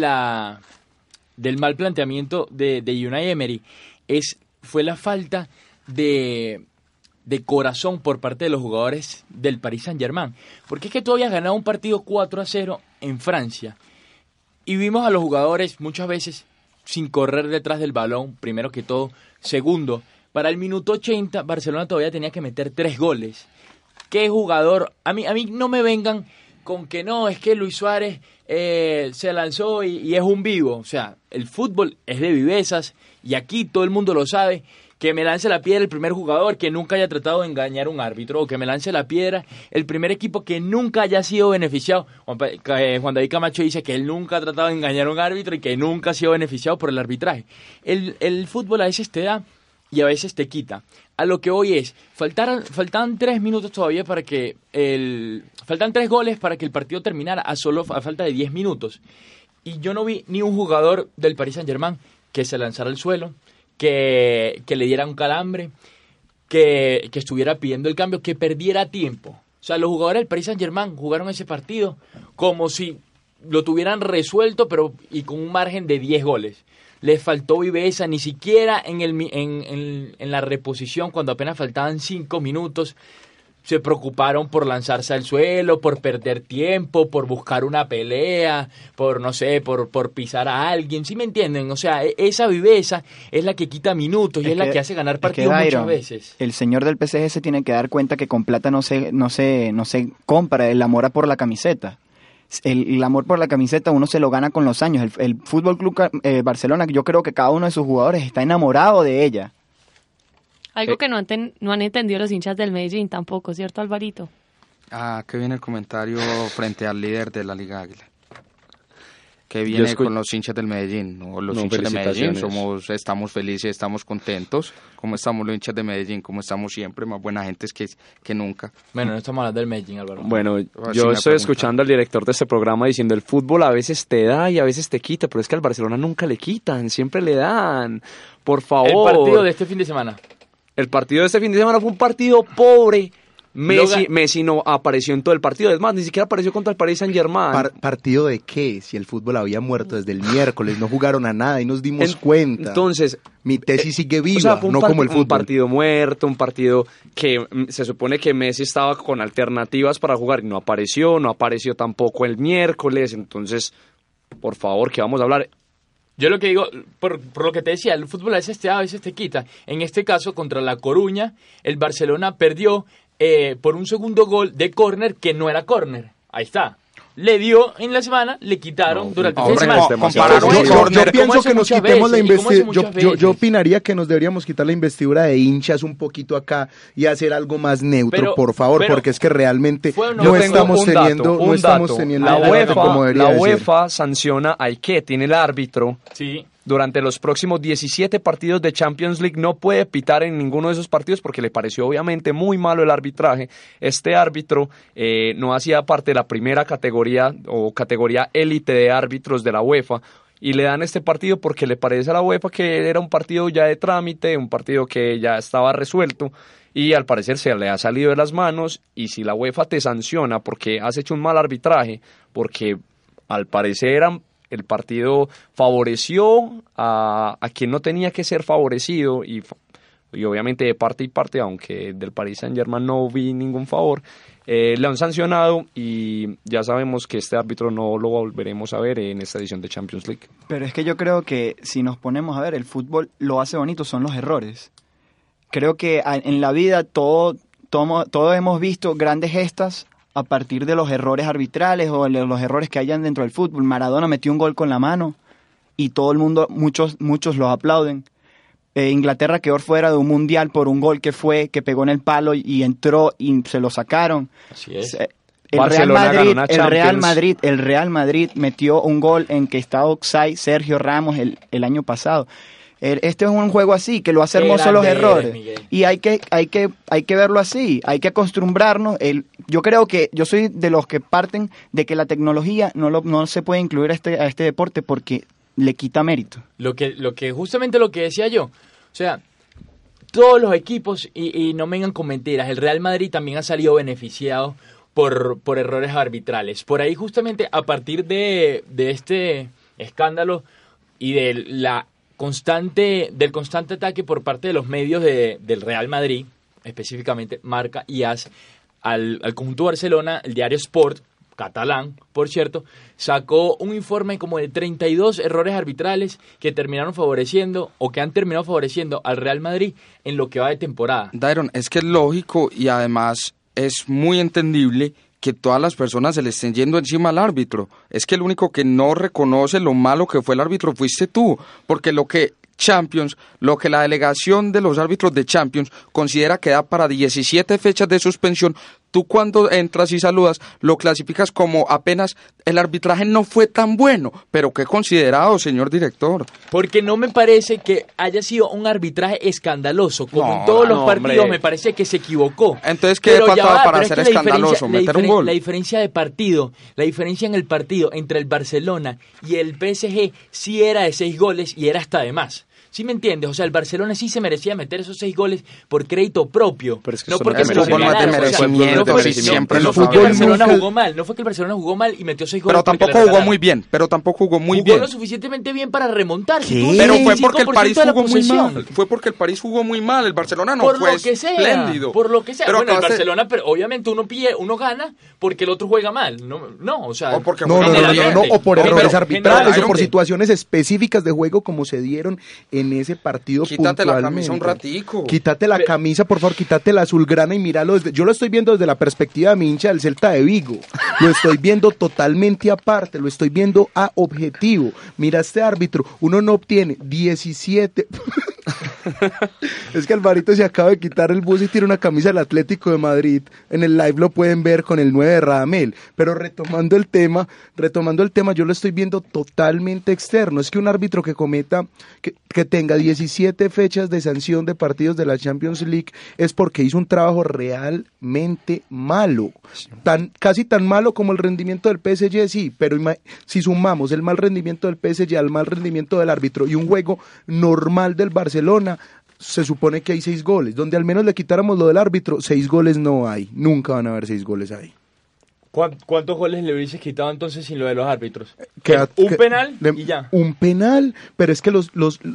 mal planteamiento de Unai Emery, fue la falta de corazón por parte de los jugadores del Paris Saint-Germain. Porque es que tú habías ganado un partido 4-0 en Francia y vimos a los jugadores muchas veces sin correr detrás del balón, primero que todo. Segundo, para el minuto 80 Barcelona todavía tenía que meter 3 goles. ¿Qué jugador? A mí no me vengan con que no, es que Luis Suárez se lanzó y es un vivo. O sea, el fútbol es de vivezas y aquí todo el mundo lo sabe. Que me lance la piedra el primer jugador que nunca haya tratado de engañar a un árbitro, o que me lance la piedra el primer equipo que nunca haya sido beneficiado. Juan David Camacho dice que él nunca ha tratado de engañar a un árbitro y que nunca ha sido beneficiado por el arbitraje. El fútbol a veces te da y a veces te quita. A lo que hoy es, faltaban 3 minutos todavía para que faltan 3 goles para que el partido terminara a falta de 10 minutos. Y yo no vi ni un jugador del Paris Saint-Germain que se lanzara al suelo, que le diera un calambre, que estuviera pidiendo el cambio, que perdiera tiempo. O sea, los jugadores del Paris Saint-Germain jugaron ese partido como si lo tuvieran resuelto, pero y con un margen de 10 goles. Les faltó viveza, ni siquiera en la reposición, cuando apenas faltaban 5 minutos, se preocuparon por lanzarse al suelo, por perder tiempo, por buscar una pelea, por, no sé, por pisar a alguien. ¿Sí me entienden? O sea, esa viveza es la que quita minutos y es la que hace ganar partidos muchas veces. El señor del PSG se tiene que dar cuenta que con plata no se compra el amor por la camiseta. El amor por la camiseta uno se lo gana con los años. El Fútbol Club Barcelona, yo creo que cada uno de sus jugadores está enamorado de ella. Algo que no han entendido los hinchas del Medellín tampoco, ¿cierto, Alvarito? Ah, que viene el comentario frente al líder de la Liga Águila. Que viene con los hinchas del Medellín. Los hinchas de Medellín estamos felices, estamos contentos. Como estamos los hinchas de Medellín, como estamos siempre, más buena gente que nunca. Bueno, no estamos hablando del Medellín, Álvaro. Bueno, yo estoy escuchando al director de este programa diciendo el fútbol a veces te da y a veces te quita, pero es que al Barcelona nunca le quitan, siempre le dan. Por favor. El partido de este fin de semana. El partido de este fin de semana fue un partido pobre. Messi no apareció en todo el partido. Es más, ni siquiera apareció contra el Paris Saint-Germain. ¿Partido de qué? Si el fútbol había muerto desde el miércoles, no jugaron a nada y nos dimos cuenta. Entonces, mi tesis sigue viva, o sea, fue no como el fútbol. Un partido muerto, un partido que se supone que Messi estaba con alternativas para jugar y no apareció tampoco el miércoles. Entonces, por favor, ¿qué vamos a hablar? Yo lo que digo, por lo que te decía, el fútbol a veces te da, a veces te quita. En este caso, contra La Coruña, el Barcelona perdió por un segundo gol de córner que no era córner. Ahí está. Le dio en la semana, le quitaron durante el fin de semana. Yo pienso que nos quitemos la investidura. Yo opinaría que nos deberíamos quitar la investidura de hinchas un poquito acá y hacer algo más neutro, por favor, porque es que realmente no estamos teniendo la UEFA sanciona a Ike, tiene el árbitro. Sí. Durante los próximos 17 partidos de Champions League no puede pitar en ninguno de esos partidos porque le pareció obviamente muy malo el arbitraje. Este árbitro no hacía parte de la primera categoría o categoría élite de árbitros de la UEFA y le dan este partido porque le parece a la UEFA que era un partido ya de trámite, un partido que ya estaba resuelto y al parecer se le ha salido de las manos. Y si la UEFA te sanciona porque has hecho un mal arbitraje, porque al parecer el partido favoreció a quien no tenía que ser favorecido y obviamente de parte y parte, aunque del Paris Saint-Germain no vi ningún favor, le han sancionado y ya sabemos que este árbitro no lo volveremos a ver en esta edición de Champions League. Pero es que yo creo que si nos ponemos a ver, el fútbol lo hace bonito, son los errores. Creo que en la vida todos hemos visto grandes gestas a partir de los errores arbitrales o los errores que hayan dentro del fútbol. Maradona metió un gol con la mano y todo el mundo, muchos los aplauden. Inglaterra quedó fuera de un mundial por un gol que pegó en el palo y entró y se lo sacaron. Así es. El Real Madrid metió un gol en que estaba offside Sergio Ramos el año pasado. Este es un juego así, que lo hace Qué hermoso los grande errores. eres, Miguel. Y hay que verlo así, hay que acostumbrarnos. Yo creo que yo soy de los que parten de que la tecnología no se puede incluir a este deporte porque le quita mérito. Justamente lo que decía yo, o sea, todos los equipos, y no me vengan con mentiras, el Real Madrid también ha salido beneficiado por errores arbitrales. Por ahí justamente a partir de este escándalo y del constante ataque por parte de los medios del Real Madrid, específicamente Marca y AS, al conjunto Barcelona, el diario Sport, catalán, por cierto, sacó un informe como de 32 errores arbitrales que terminaron favoreciendo o que han terminado favoreciendo al Real Madrid en lo que va de temporada. Dairon, es que es lógico y además es muy entendible que todas las personas se le estén yendo encima al árbitro. Es que el único que no reconoce lo malo que fue el árbitro fuiste tú, porque lo que la delegación de los árbitros de Champions considera que da para 17 fechas de suspensión, tú cuando entras y saludas lo clasificas como apenas el arbitraje no fue tan bueno, pero qué considerado, señor director. Porque no me parece que haya sido un arbitraje escandaloso, como No, en todos los no, partidos, hombre. me parece que se equivocó. Entonces, ¿qué Pero faltaba ya va, para pero ser es que la escandaloso? ¿Meter un gol? La diferencia de partido, la diferencia en el partido entre el Barcelona y el PSG sí era de 6 goles y era hasta de más. ¿Sí me entiendes? O sea, el Barcelona sí se merecía meter esos 6 goles por crédito propio. Pero es que no esto porque no se es los fútbol, no es de regalaron. merecimiento, no fue- sí, siempre no lo fue que el sabemos. Barcelona Nunca- jugó mal, no fue que el Barcelona jugó mal y metió 6 goles. Pero porque tampoco le jugó regalaron. muy bien, Jugó bien. lo suficientemente bien para remontar. ¿Qué? Si tuvo Pero fue 25% porque el París de la jugó muy posesión. mal. Fue porque el París jugó muy mal. El Barcelona no Por fue lo que sea, espléndido. por lo que sea. Pero Bueno, el acabaste- Barcelona, pero obviamente uno gana porque el otro juega mal. No, o sea, O porque No, juega no, no, muy no, bien. no, o por No, errores pero- arbitrales, o por generalmente. situaciones específicas de juego como se dieron en ese partido Quítate la puntualmente. camisa un ratico. Quítate la camisa, por favor, quítate la azulgrana y míralo. Yo lo estoy viendo desde la perspectiva de mi hincha del Celta de Vigo. Lo estoy viendo totalmente aparte, lo estoy viendo a objetivo. Mira este árbitro, uno no obtiene 17... Es que Alvarito se acaba de quitar el bus y tiene una camisa del Atlético de Madrid. En el live lo pueden ver con el 9 de Radamel. Pero retomando el tema, yo lo estoy viendo totalmente externo. Es que un árbitro que tenga 17 fechas de sanción de partidos de la Champions League es porque hizo un trabajo realmente malo. Casi tan malo como el rendimiento del PSG, sí, pero si sumamos el mal rendimiento del PSG al mal rendimiento del árbitro y un juego normal del Barcelona, se supone que hay 6 goles. Donde al menos le quitáramos lo del árbitro, 6 goles no hay. Nunca van a haber 6 goles ahí. ¿Cuántos goles le hubieses quitado entonces sin lo de los árbitros? Un Penal y ya. Un penal, pero es que los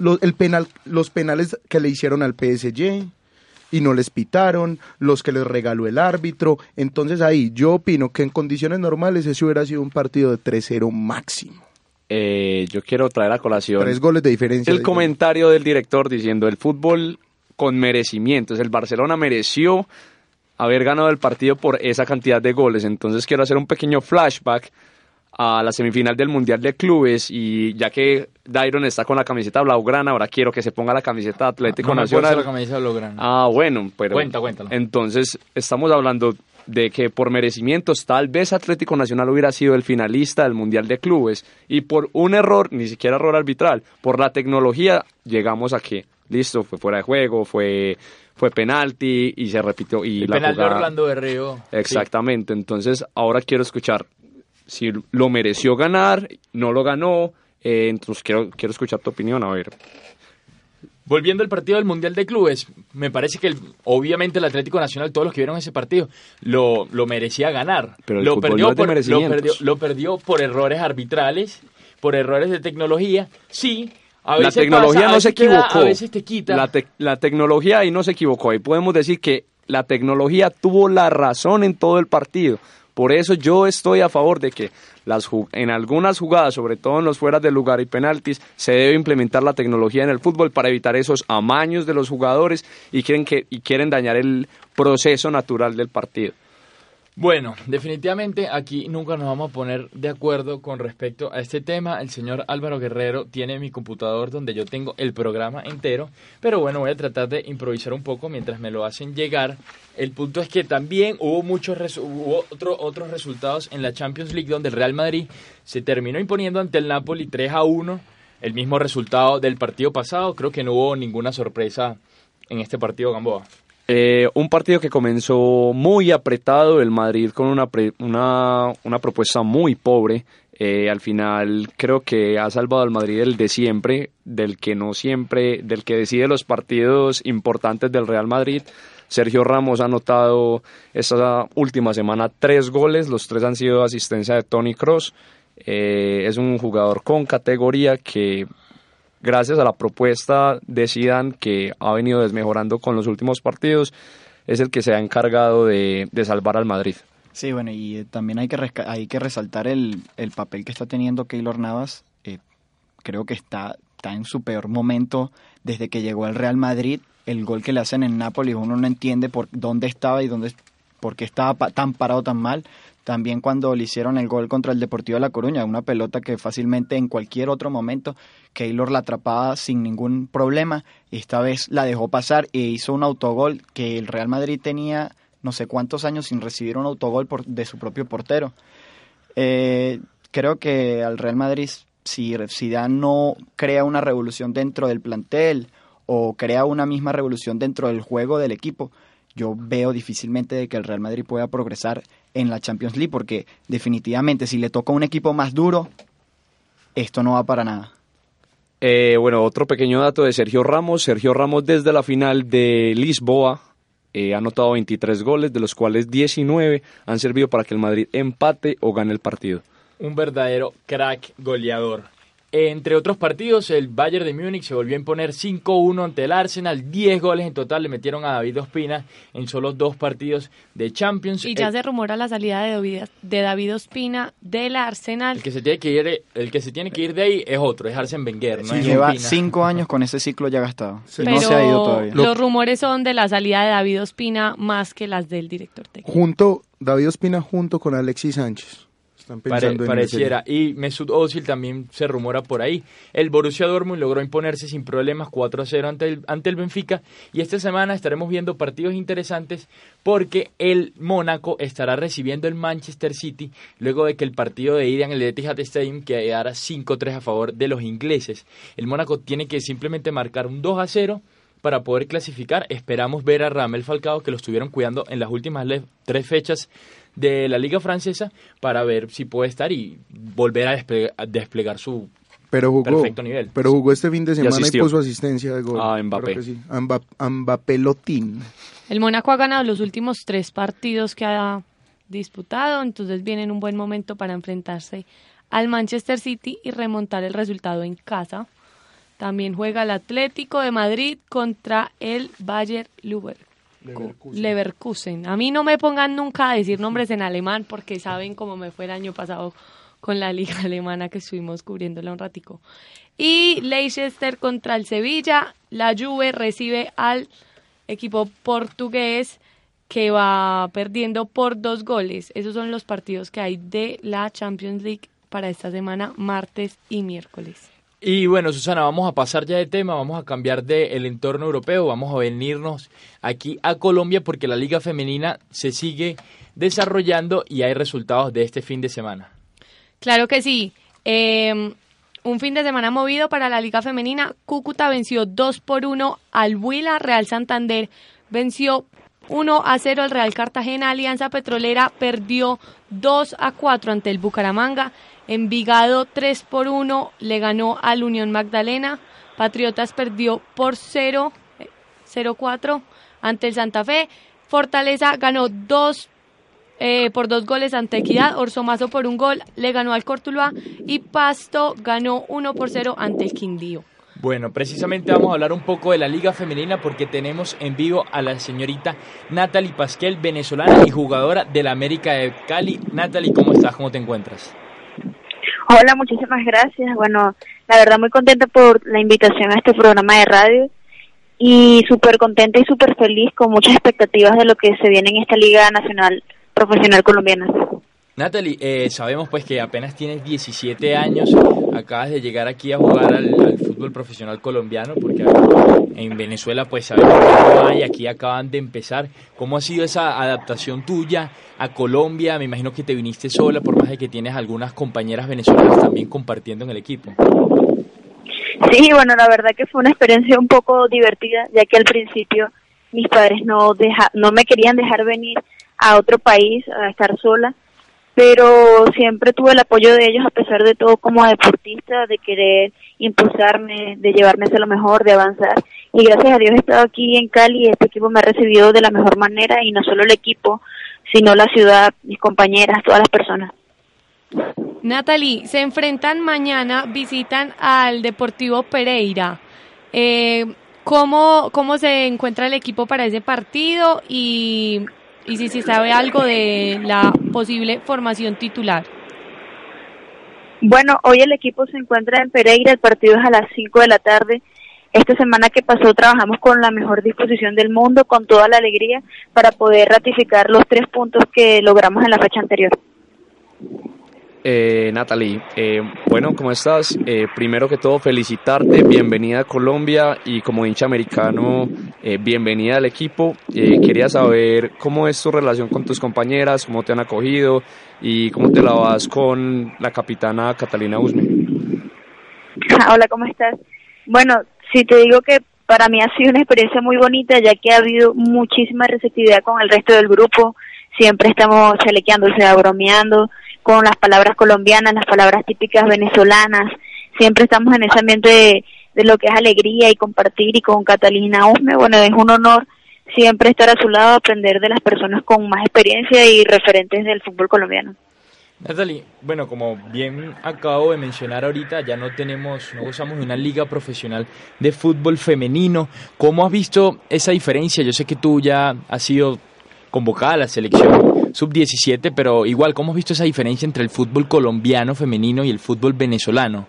penales que le hicieron al PSG y no les pitaron, los que les regaló el árbitro. Entonces ahí yo opino que en condiciones normales ese hubiera sido un partido de 3-0 máximo. Yo quiero traer a colación 3 goles de diferencia. el comentario del director diciendo el fútbol con merecimientos. El Barcelona mereció haber ganado el partido por esa cantidad de goles. Entonces quiero hacer un pequeño flashback a la semifinal del Mundial de Clubes y ya que Dairon está con la camiseta blaugrana, ahora quiero que se ponga la camiseta Atlético Nacional. La camisa blaugrana. Bueno, pero Cuéntalo. entonces estamos hablando de que por merecimientos tal vez Atlético Nacional hubiera sido el finalista del Mundial de Clubes y por un error, ni siquiera error arbitral, por la tecnología llegamos a que, listo, fue fuera de juego, fue penalti y se repitió. Y el la penal de jugada... Orlando Berrío. Exactamente, entonces ahora quiero escuchar si lo mereció ganar, no lo ganó, entonces quiero escuchar tu opinión, a ver. Volviendo al partido del Mundial de Clubes, me parece que obviamente el Atlético Nacional, todos los que vieron ese partido, lo merecía ganar. Pero el Lo fútbol perdió, no es de merecimientos. lo perdió por errores arbitrales, por errores de tecnología. Sí, a veces La tecnología pasa, a no se veces te da, equivocó. a veces te quita. La tecnología ahí no se equivocó. Ahí podemos decir que la tecnología tuvo la razón en todo el partido. Por eso yo estoy a favor de que en algunas jugadas, sobre todo en los fueras de lugar y penaltis, se debe implementar la tecnología en el fútbol para evitar esos amaños de los jugadores y quieren dañar el proceso natural del partido. Bueno, definitivamente aquí nunca nos vamos a poner de acuerdo con respecto a este tema. El señor Álvaro Guerrero tiene mi computador donde yo tengo el programa entero, pero bueno, voy a tratar de improvisar un poco mientras me lo hacen llegar. El punto es que también hubo otros resultados en la Champions League donde el Real Madrid se terminó imponiendo ante el Napoli 3-1. el mismo resultado del partido pasado. Creo que no hubo ninguna sorpresa en este partido, Gamboa. Un partido que comenzó muy apretado, el Madrid con una propuesta muy pobre. Al final creo que ha salvado al Madrid el de siempre, del que decide los partidos importantes del Real Madrid. Sergio Ramos ha anotado esta última semana 3 goles, los 3 han sido asistencia de Toni Kroos. Es un jugador con categoría que, gracias a la propuesta de Zidane, que ha venido desmejorando con los últimos partidos, es el que se ha encargado de salvar al Madrid. Sí, bueno, y también hay que resaltar el papel que está teniendo Keylor Navas. Creo que está en su peor momento desde que llegó al Real Madrid. El gol que le hacen en Nápoles, uno no entiende por dónde estaba y por qué estaba tan parado tan mal. También cuando le hicieron el gol contra el Deportivo de La Coruña, una pelota que fácilmente en cualquier otro momento Keylor la atrapaba sin ningún problema. Esta vez la dejó pasar e hizo un autogol que el Real Madrid tenía no sé cuántos años sin recibir un autogol de su propio portero. Creo que al Real Madrid, si Zidane no crea una revolución dentro del plantel o crea una misma revolución dentro del juego del equipo, yo veo difícilmente de que el Real Madrid pueda progresar en la Champions League, porque definitivamente si le toca un equipo más duro, esto no va para nada. Bueno, otro pequeño dato de Sergio Ramos. Sergio Ramos desde la final de Lisboa ha anotado 23 goles, de los cuales 19 han servido para que el Madrid empate o gane el partido. Un verdadero crack goleador. Entre otros partidos, el Bayern de Múnich se volvió a imponer 5-1 ante el Arsenal. 10 goles en total le metieron a David Ospina en solo 2 partidos de Champions. Y ya se rumora la salida de David Ospina del Arsenal. El que se tiene que ir de ahí es otro, es Arsène Wenger, ¿no? Sí, es lleva Ospina. 5 años con ese ciclo ya gastado. Sí. Pero no se ha ido todavía. los rumores son de la salida de David Ospina más que las del director técnico. David Ospina junto con Alexis Sánchez. Están pensando Pareciera. Y Mesut Özil también se rumora por ahí. El Borussia Dortmund logró imponerse sin problemas 4-0 ante el Benfica. Y esta semana estaremos viendo partidos interesantes porque el Mónaco estará recibiendo el Manchester City luego de que el partido de ida en el Etihad Stadium quedara 5-3 a favor de los ingleses. El Mónaco tiene que simplemente marcar un 2-0 para poder clasificar. Esperamos ver a Radamel Falcao, que lo estuvieron cuidando en las últimas 3 fechas de la Liga Francesa, para ver si puede estar y volver a desplegar su perfecto nivel. Pero jugó este fin de semana y asistió. puso asistencia de gol. A Mbappé. Creo que sí. A Mbappé Lotín. El Mónaco ha ganado los últimos 3 partidos que ha disputado, entonces viene en un buen momento para enfrentarse al Manchester City y remontar el resultado en casa. También juega el Atlético de Madrid contra el Bayer Leverkusen. A mí no me pongan nunca a decir nombres en alemán porque saben cómo me fue el año pasado con la liga alemana que estuvimos cubriéndola un ratico. Y Leicester contra el Sevilla. La Juve recibe al equipo portugués que va perdiendo por 2 goles. Esos son los partidos que hay de la Champions League para esta semana, martes y miércoles. Y bueno, Susana, vamos a pasar ya de tema, vamos a cambiar del entorno europeo, vamos a venirnos aquí a Colombia porque la Liga Femenina se sigue desarrollando y hay resultados de este fin de semana. Claro que sí. Un fin de semana movido para la Liga Femenina. Cúcuta venció 2-1 al Huila. Real Santander venció 1-0 al Real Cartagena. Alianza Petrolera perdió 2-4 ante el Bucaramanga. Envigado 3-1 le ganó al Unión Magdalena. Patriotas perdió por 0-4 ante el Santa Fe. Fortaleza ganó por 2 goles ante Equidad. Orsomazo por 1 gol le ganó al Cortuluá. Y Pasto ganó 1-0 ante el Quindío. Bueno, precisamente vamos a hablar un poco de la Liga Femenina porque tenemos en vivo a la señorita Natalie Pasquel, venezolana y jugadora del América de Cali. Natalie, ¿cómo estás? ¿Cómo te encuentras? Hola, muchísimas gracias. Bueno, la verdad muy contenta por la invitación a este programa de radio y súper contenta y súper feliz con muchas expectativas de lo que se viene en esta Liga Nacional Profesional Colombiana. Natalie, sabemos pues que apenas tienes 17 años, acabas de llegar aquí a jugar al fútbol profesional colombiano porque en Venezuela pues sabemos que no hay, aquí acaban de empezar. ¿Cómo ha sido esa adaptación tuya a Colombia? Me imagino que te viniste sola, por más de que tienes algunas compañeras venezolanas también compartiendo en el equipo. Sí, bueno, la verdad que fue una experiencia un poco divertida, ya que al principio mis padres no me querían dejar venir a otro país a estar sola, pero siempre tuve el apoyo de ellos a pesar de todo como deportista, de querer impulsarme, de llevarme hacia lo mejor, de avanzar. Y gracias a Dios he estado aquí en Cali y este equipo me ha recibido de la mejor manera, y no solo el equipo, sino la ciudad, mis compañeras, todas las personas. Natalie, se enfrentan mañana, visitan al Deportivo Pereira. ¿Cómo se encuentra el equipo para ese partido y si se sabe algo de la posible formación titular? Bueno, hoy el equipo se encuentra en Pereira, el partido es a las 5 de la tarde. Esta semana que pasó trabajamos con la mejor disposición del mundo, con toda la alegría, para poder ratificar los 3 puntos que logramos en la fecha anterior. Natalie, bueno, ¿cómo estás? Primero que todo, felicitarte, bienvenida a Colombia, y como hincha americano, bienvenida al equipo. Quería saber cómo es tu relación con tus compañeras, cómo te han acogido y cómo te la vas con la capitana Catalina Usme. Hola, ¿cómo estás? Bueno, sí te digo que para mí ha sido una experiencia muy bonita, ya que ha habido muchísima receptividad con el resto del grupo. Siempre estamos chalequeando, o sea, bromeando con las palabras colombianas, las palabras típicas venezolanas. Siempre estamos en ese ambiente de lo que es alegría y compartir. Y con Catalina Usme, bueno, es un honor siempre estar a su lado, aprender de las personas con más experiencia y referentes del fútbol colombiano. Natalie, bueno, como bien acabo de mencionar ahorita, ya no gozamos de una liga profesional de fútbol femenino. ¿Cómo has visto esa diferencia? Yo sé que tú ya has sido convocada a la selección sub-17, pero igual, ¿cómo has visto esa diferencia entre el fútbol colombiano femenino y el fútbol venezolano?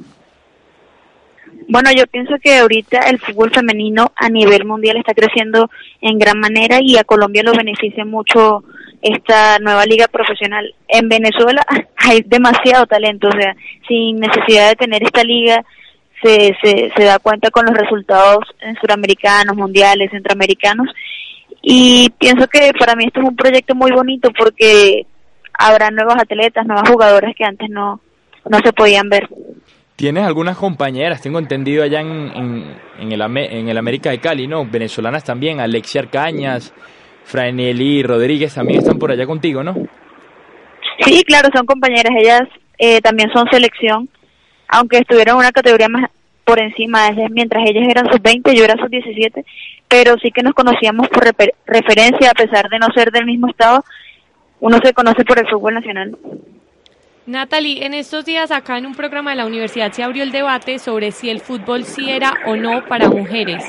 Bueno, yo pienso que ahorita el fútbol femenino a nivel mundial está creciendo en gran manera, y a Colombia lo beneficia mucho esta nueva liga profesional. En Venezuela hay demasiado talento, o sea, sin necesidad de tener esta liga se da cuenta con los resultados suramericanos, mundiales, centroamericanos. Y pienso que para mí esto es un proyecto muy bonito, porque habrá nuevos atletas, nuevas jugadoras que antes no se podían ver. Tienes algunas compañeras, tengo entendido, allá en el América de Cali, ¿no? Venezolanas también, Alexia Arcañas, Franely Rodríguez también están por allá contigo, ¿no? Sí, claro, son compañeras. Ellas también son selección, aunque estuvieron en una categoría más por encima. Mientras ellas eran sub-20, yo era sub-17, pero sí que nos conocíamos por referencia, a pesar de no ser del mismo estado. Uno se conoce por el fútbol nacional. Natalie, en estos días acá en un programa de la universidad se abrió el debate sobre si el fútbol sí era o no para mujeres.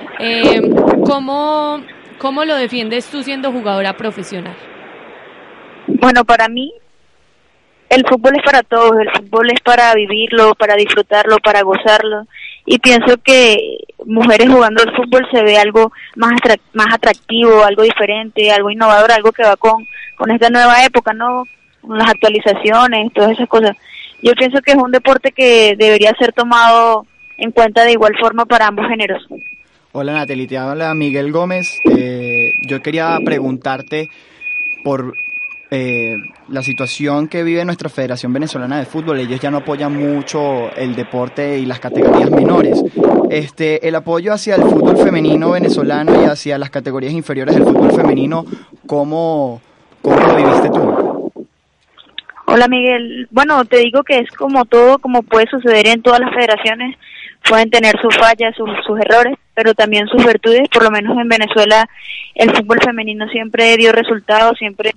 ¿Cómo lo defiendes tú siendo jugadora profesional? Bueno, para mí el fútbol es para todos, el fútbol es para vivirlo, para disfrutarlo, para gozarlo, y pienso que mujeres jugando al fútbol se ve algo más atractivo, algo diferente, algo innovador, algo que va con esta nueva época, ¿no? Las actualizaciones, todas esas cosas. Yo pienso que es un deporte que debería ser tomado en cuenta de igual forma para ambos géneros. Hola Natalie, te habla Miguel Gómez. Yo quería preguntarte por la situación que vive nuestra Federación Venezolana de Fútbol. Ellos ya no apoyan mucho el deporte y las categorías menores. El apoyo hacia el fútbol femenino venezolano y hacia las categorías inferiores del fútbol femenino, ¿cómo lo viviste tú? Hola Miguel, bueno, te digo que es como todo, como puede suceder en todas las federaciones. Pueden tener sus fallas, sus errores, pero también sus virtudes. Por lo menos en Venezuela el fútbol femenino siempre dio resultados, siempre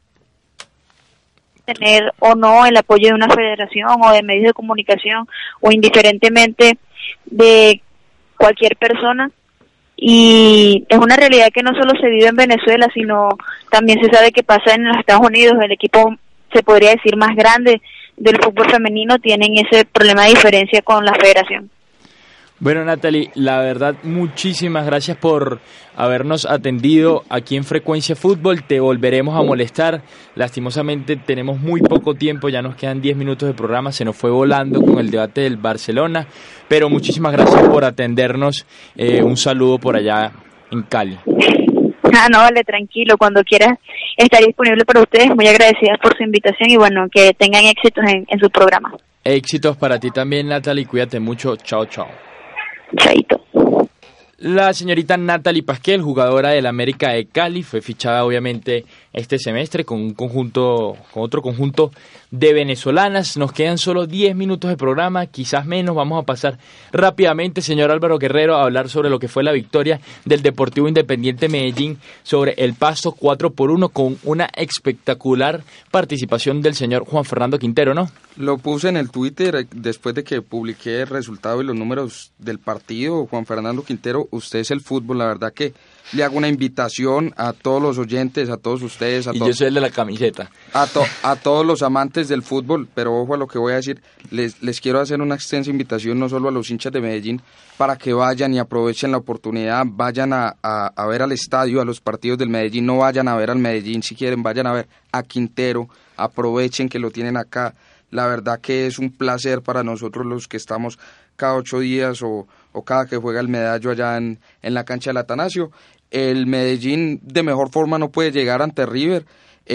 tener o no el apoyo de una federación o de medios de comunicación, o indiferentemente de cualquier persona. Y es una realidad que no solo se vive en Venezuela, sino también se sabe que pasa en los Estados Unidos. El equipo, se podría decir, más grande del fútbol femenino tienen ese problema de diferencia con la federación. Bueno, Natalie, la verdad, muchísimas gracias por habernos atendido aquí en Frecuencia Fútbol. Te volveremos a molestar. Lastimosamente tenemos muy poco tiempo, ya nos quedan 10 minutos de programa, se nos fue volando con el debate del Barcelona, pero muchísimas gracias por atendernos. Un saludo por allá en Cali. No, vale, tranquilo, cuando quieras estaré disponible para ustedes, muy agradecida por su invitación y bueno, que tengan éxitos en su programa. Éxitos para ti también, Natalie, cuídate mucho, chao, chao. Chaito. La señorita Natalie Pasquel, jugadora del América de Cali, fue fichada obviamente este semestre con otro conjunto de venezolanas. Nos quedan solo 10 minutos de programa, quizás menos. Vamos a pasar rápidamente, señor Álvaro Guerrero, a hablar sobre lo que fue la victoria del Deportivo Independiente Medellín sobre el Pasto 4-1 con una espectacular participación del señor Juan Fernando Quintero, ¿no? Lo puse en el Twitter después de que publiqué el resultado y los números del partido. Juan Fernando Quintero, usted es el fútbol, la verdad que le hago una invitación a todos los oyentes, a todos ustedes. Yo soy el de la camiseta. A todos los amantes del fútbol, pero ojo a lo que voy a decir, les quiero hacer una extensa invitación no solo a los hinchas de Medellín, para que vayan y aprovechen la oportunidad, vayan a ver al estadio, a los partidos del Medellín, no vayan a ver al Medellín si quieren, vayan a ver a Quintero, aprovechen que lo tienen acá. La verdad que es un placer para nosotros los que estamos cada 8 días o cada que juega el Medallo allá en la cancha del Atanasio. El Medellín de mejor forma no puede llegar ante River,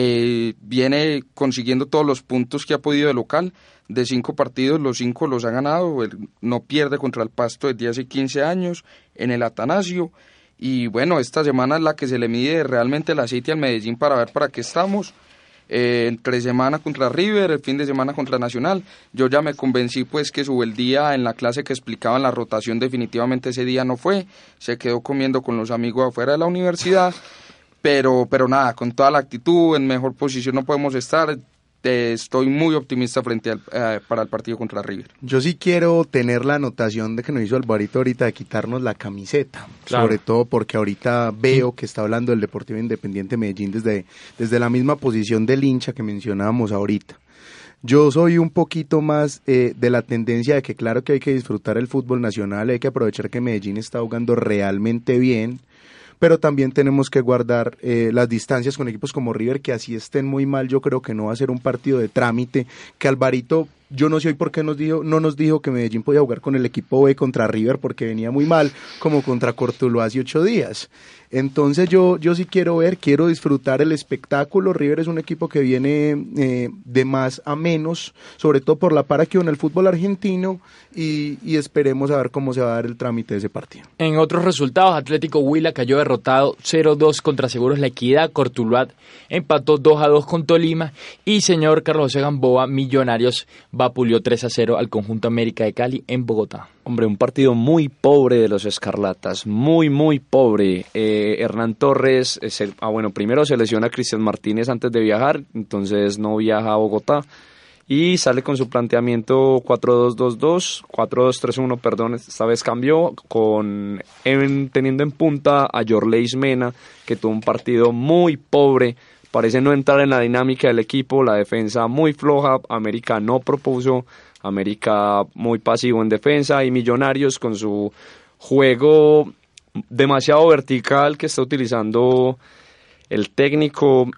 viene consiguiendo todos los puntos que ha podido de local, de 5 partidos los 5 los ha ganado, no pierde contra el Pasto desde hace 15 años en el Atanasio, y bueno, esta semana es la que se le mide realmente el aceite al Medellín para ver para qué estamos. Entre semana contra River, el fin de semana contra Nacional. Yo ya me convencí pues que Subeldía en la clase que explicaban la rotación definitivamente ese día no fue, se quedó comiendo con los amigos afuera de la universidad, pero nada, con toda la actitud, en mejor posición no podemos estar. Estoy muy optimista para el partido contra River. Yo sí quiero tener la anotación de que nos hizo Alvarito ahorita de quitarnos la camiseta, claro. Sobre todo porque ahorita veo que está hablando del Deportivo Independiente Medellín desde la misma posición del hincha que mencionábamos ahorita. Yo soy un poquito más de la tendencia de que claro que hay que disfrutar el fútbol nacional, hay que aprovechar que Medellín está jugando realmente bien, pero también tenemos que guardar las distancias con equipos como River, que así estén muy mal, yo creo que no va a ser un partido de trámite, que Alvarito, yo no sé hoy por qué no nos dijo que Medellín podía jugar con el equipo B contra River, porque venía muy mal, como contra Cortuluá hace 8 días. Entonces yo sí quiero disfrutar el espectáculo. River es un equipo que viene de más a menos, sobre todo por la para que en el fútbol argentino, y esperemos a ver cómo se va a dar el trámite de ese partido. En otros resultados, Atlético Huila cayó derrotado 0-2 contra Seguros La Equidad, Cortuluá empató 2-2 con Tolima, y señor Carlos José Gamboa, Millonarios vapuleó 3-0 al conjunto América de Cali en Bogotá. Hombre, un partido muy pobre de los Escarlatas, muy pobre. Hernán Torres, primero se lesiona a Cristian Martínez antes de viajar, entonces no viaja a Bogotá y sale con su planteamiento 4-2-2-2, 4-2-3-1, perdón, esta vez cambió, teniendo en punta a Yorleis Mena, que tuvo un partido muy pobre, parece no entrar en la dinámica del equipo, la defensa muy floja, América no propuso, América muy pasivo en defensa, y Millonarios con su juego demasiado vertical que está utilizando el técnico,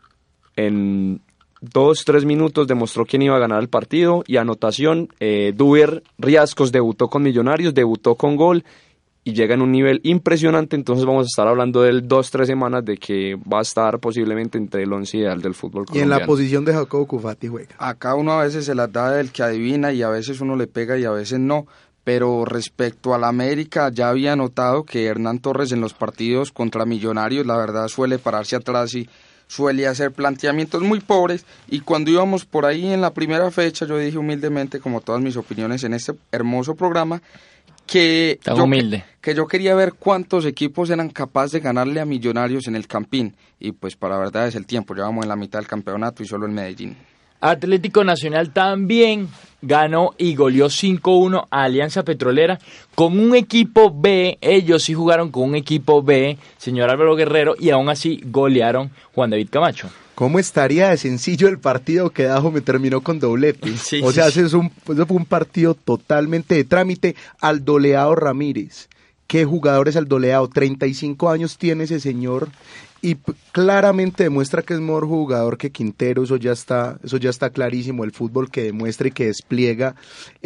en 2-3 minutos demostró quién iba a ganar el partido. Y anotación, Duber Riascos debutó con Millonarios, debutó con gol y llega en un nivel impresionante. Entonces vamos a estar hablando de él 2-3 semanas, de que va a estar posiblemente entre el 11 ideal del fútbol colombiano. Y en la posición de Jacobo Cufati juega. Acá uno a veces se las da del que adivina, y a veces uno le pega y a veces no. Pero respecto al América, ya había notado que Hernán Torres en los partidos contra Millonarios, la verdad, suele pararse atrás y suele hacer planteamientos muy pobres. Y cuando íbamos por ahí en la primera fecha, yo dije humildemente, como todas mis opiniones en este hermoso programa, que yo quería ver cuántos equipos eran capaces de ganarle a Millonarios en el Campín. Y pues para la verdad es el tiempo, ya vamos en la mitad del campeonato y solo el Medellín. Atlético Nacional también ganó y goleó 5-1 a Alianza Petrolera con un equipo B. Ellos sí jugaron con un equipo B, señor Álvaro Guerrero, y aún así golearon Juan David Camacho. ¿Cómo estaría de sencillo el partido que Dajo me terminó con doblete? Sí, o sea, eso fue un partido totalmente de trámite. Aldoleado Ramírez, ¿qué jugador es Aldoleado? 35 años tiene ese señor y claramente demuestra que es mejor jugador que Quintero. Eso ya está clarísimo. El fútbol que demuestra y que despliega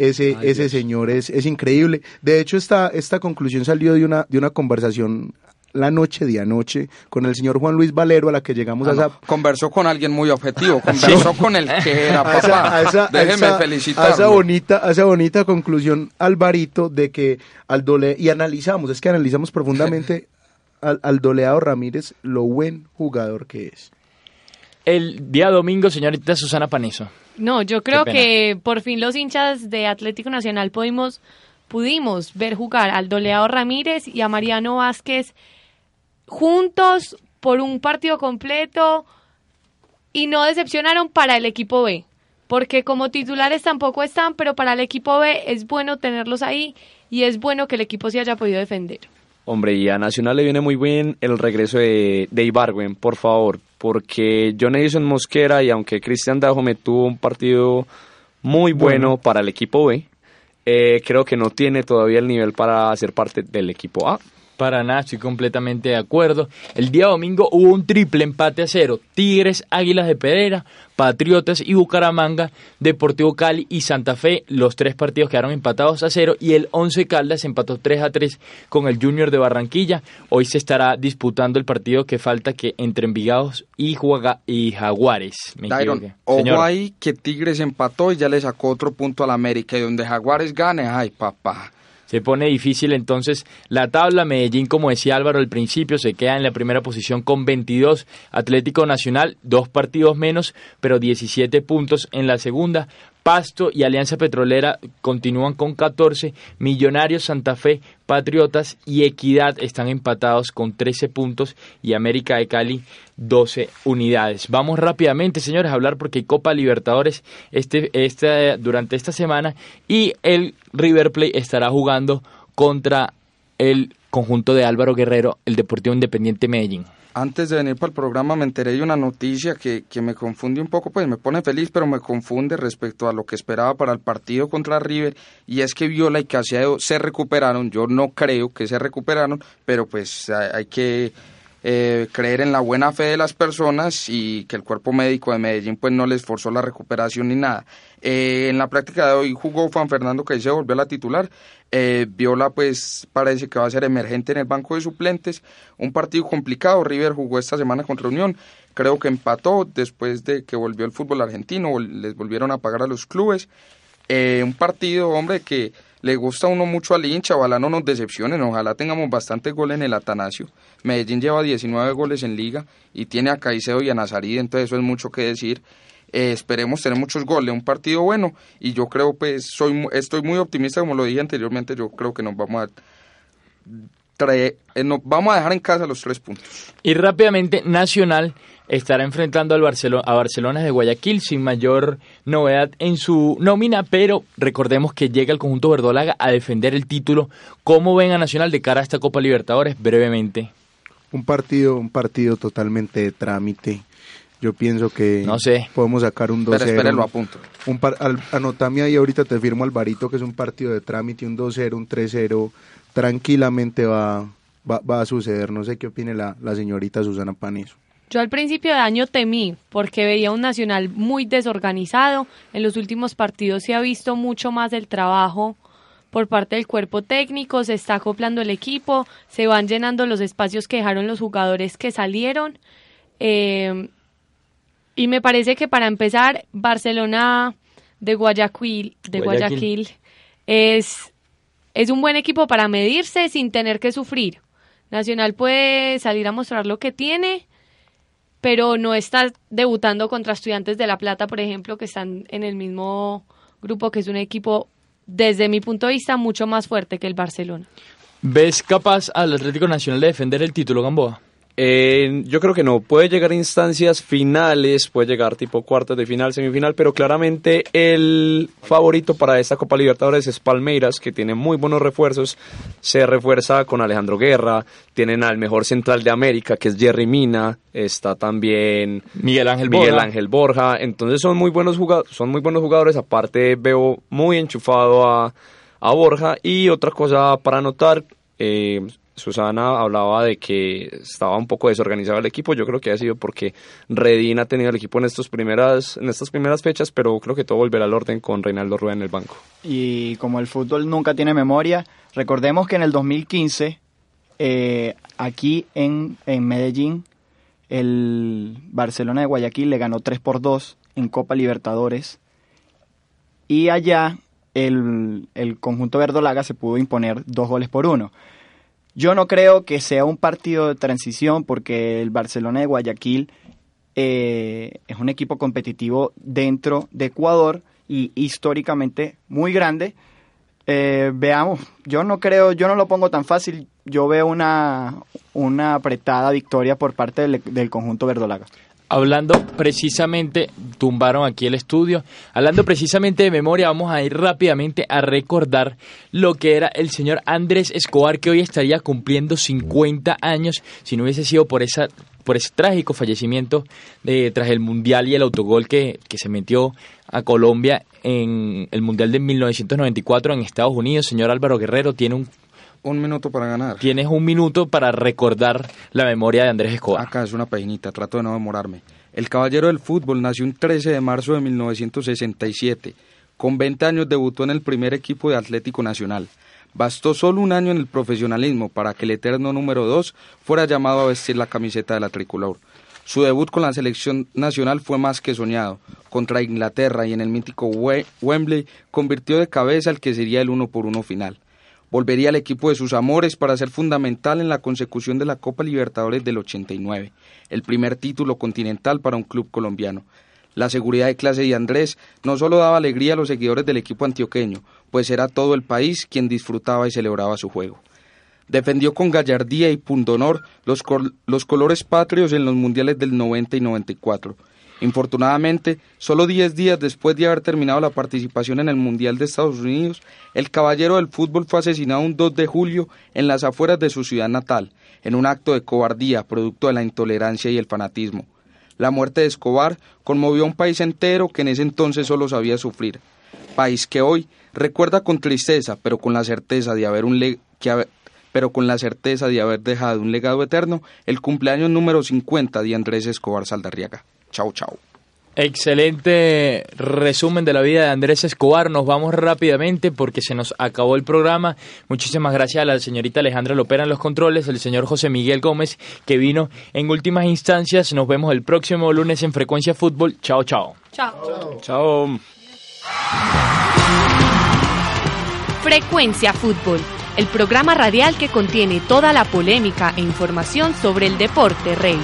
ese señor es increíble. De hecho, esta conclusión salió de una conversación la noche de anoche con el señor Juan Luis Valero, a la que llegamos a esa... Conversó con alguien muy objetivo, conversó con el que era papá. Déjeme felicitarlo. A esa bonita conclusión, Alvarito, de que y analizamos profundamente al Doleado Ramírez, lo buen jugador que es. El día domingo, señorita Susana Paneso. No, yo creo que por fin los hinchas de Atlético Nacional pudimos ver jugar al Doleado Ramírez y a Mariano Vázquez juntos por un partido completo y no decepcionaron para el equipo B, porque como titulares tampoco están, pero para el equipo B es bueno tenerlos ahí y es bueno que el equipo se haya podido defender. Hombre, y a Nacional le viene muy bien el regreso de Ibargüen, por favor, porque John Edison Mosquera, y aunque Cristian Dajome tuvo un partido muy bueno para el equipo B, creo que no tiene todavía el nivel para ser parte del equipo A. Para nada, estoy completamente de acuerdo. El día domingo hubo un triple empate a 0. Tigres, Águilas de Pereira, Patriotas y Bucaramanga, Deportivo Cali y Santa Fe. Los 3 partidos quedaron empatados a 0 y el Once Caldas empató 3-3 con el Junior de Barranquilla. Hoy se estará disputando el partido que falta entre Envigado y Jaguares. Ojo ahí que Tigres empató y ya le sacó otro punto al América, y donde Jaguares gane, ay papá. Se pone difícil entonces la tabla. Medellín, como decía Álvaro al principio, se queda en la primera posición con 22. Atlético Nacional, 2 partidos menos, pero 17 puntos en la segunda. Pasto y Alianza Petrolera continúan con 14. Millonarios, Santa Fe, Patriotas y Equidad están empatados con 13 puntos y América de Cali 12 unidades. Vamos rápidamente, señores, a hablar porque hay Copa Libertadores durante esta semana y el River Plate estará jugando contra el conjunto de Álvaro Guerrero, el Deportivo Independiente Medellín. Antes de venir para el programa me enteré de una noticia que me confunde un poco, pues me pone feliz, pero me confunde respecto a lo que esperaba para el partido contra River, y es que Viola y Caicedo se recuperaron. Yo no creo que se recuperaron, pero pues hay que creer en la buena fe de las personas y que el cuerpo médico de Medellín pues no les forzó la recuperación ni nada. En la práctica de hoy jugó Juan Fernando Caicedo, volvió a la titular. Viola pues parece que va a ser emergente en el banco de suplentes. Un partido complicado. River jugó esta semana contra Unión, creo que empató después de que volvió el fútbol argentino, les volvieron a pagar a los clubes. Un partido, hombre, que le gusta a uno mucho al hincha. Ojalá no nos decepcionen, ojalá tengamos bastante gol en el Atanasio. Medellín lleva 19 goles en liga y tiene a Caicedo y a Nazarí, entonces eso es mucho que decir. Esperemos tener muchos goles, un partido bueno, y yo creo pues estoy muy optimista, como lo dije anteriormente. Yo creo que nos vamos a dejar en casa los 3 puntos. Y rápidamente, Nacional estará enfrentando a Barcelona de Guayaquil sin mayor novedad en su nómina, pero recordemos que llega el conjunto verdolaga a defender el título. ¿Cómo ven a Nacional de cara a esta Copa Libertadores? Brevemente. Un partido totalmente de trámite. Yo pienso que podemos sacar un 2-0. Pero espérenlo a punto. Anotame ahí, ahorita te firmo, Alvarito, que es un partido de trámite, un 2-0, un 3-0, tranquilamente va a suceder. No sé qué opine la señorita Susana Paneso. Yo al principio de año temí porque veía un Nacional muy desorganizado. En los últimos partidos se ha visto mucho más el trabajo por parte del cuerpo técnico, se está acoplando el equipo, se van llenando los espacios que dejaron los jugadores que salieron. Y me parece que para empezar, Barcelona de Guayaquil es un buen equipo para medirse sin tener que sufrir. Nacional puede salir a mostrar lo que tiene, pero no está debutando contra Estudiantes de La Plata, por ejemplo, que están en el mismo grupo, que es un equipo, desde mi punto de vista, mucho más fuerte que el Barcelona. ¿Ves capaz al Atlético Nacional de defender el título, Gamboa? Yo creo que no, puede llegar a instancias finales, puede llegar tipo cuartos de final, semifinal, pero claramente el favorito para esta Copa Libertadores es Palmeiras, que tiene muy buenos refuerzos. Se refuerza con Alejandro Guerra, tienen al mejor central de América, que es Jerry Mina, está también Miguel Ángel Borja, entonces son muy buenos jugadores. Aparte veo muy enchufado a Borja. Y otra cosa para anotar, Susana hablaba de que estaba un poco desorganizado el equipo. Yo creo que ha sido porque Redín ha tenido el equipo en estas primeras fechas, pero creo que todo volverá al orden con Reinaldo Rueda en el banco. Y como el fútbol nunca tiene memoria, recordemos que en el 2015 aquí en Medellín, el Barcelona de Guayaquil le ganó 3-2 en Copa Libertadores. Y allá el conjunto verdolaga se pudo imponer 2-1. Yo no creo que sea un partido de transición porque el Barcelona de Guayaquil es un equipo competitivo dentro de Ecuador y históricamente muy grande. Veamos, yo no lo pongo tan fácil. Yo veo una apretada victoria por parte del conjunto verdolaga. Hablando precisamente, tumbaron aquí el estudio, hablando precisamente de memoria, vamos a ir rápidamente a recordar lo que era el señor Andrés Escobar, que hoy estaría cumpliendo 50 años, si no hubiese sido por ese trágico fallecimiento tras el Mundial y el autogol que se metió a Colombia en el Mundial de 1994 en Estados Unidos. Señor Álvaro Guerrero, tiene un minuto para ganar. Tienes un minuto para recordar la memoria de Andrés Escobar. Acá es una paginita, trato de no demorarme. El caballero del fútbol nació un 13 de marzo de 1967. Con 20 años debutó en el primer equipo de Atlético Nacional. Bastó solo un año en el profesionalismo para que el eterno número 2 fuera llamado a vestir la camiseta de la tricolor. Su debut con la selección nacional fue más que soñado. Contra Inglaterra y en el mítico Wembley convirtió de cabeza el que sería el 1-1 final. Volvería al equipo de sus amores para ser fundamental en la consecución de la Copa Libertadores del 89, el primer título continental para un club colombiano. La seguridad de clase de Andrés no solo daba alegría a los seguidores del equipo antioqueño, pues era todo el país quien disfrutaba y celebraba su juego. Defendió con gallardía y pundonor los colores patrios en los mundiales del 90 y 94. Infortunadamente, solo 10 días después de haber terminado la participación en el Mundial de Estados Unidos, el caballero del fútbol fue asesinado un 2 de julio en las afueras de su ciudad natal, en un acto de cobardía producto de la intolerancia y el fanatismo. La muerte de Escobar conmovió a un país entero que en ese entonces solo sabía sufrir. País que hoy recuerda con tristeza, pero con la certeza de haber dejado un legado eterno, el cumpleaños número 50 de Andrés Escobar Saldarriaga. Chao, chao. Excelente resumen de la vida de Andrés Escobar. Nos vamos rápidamente porque se nos acabó el programa. Muchísimas gracias a la señorita Alejandra Lopera en los controles, el señor José Miguel Gómez que vino en últimas instancias. Nos vemos el próximo lunes en Frecuencia Fútbol. Chao, chao. Chao. Chao. Frecuencia Fútbol, el programa radial que contiene toda la polémica e información sobre el deporte rey.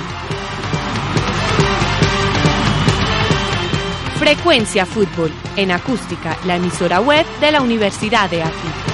Frecuencia Fútbol, en acústica, la emisora web de la Universidad de AFIT.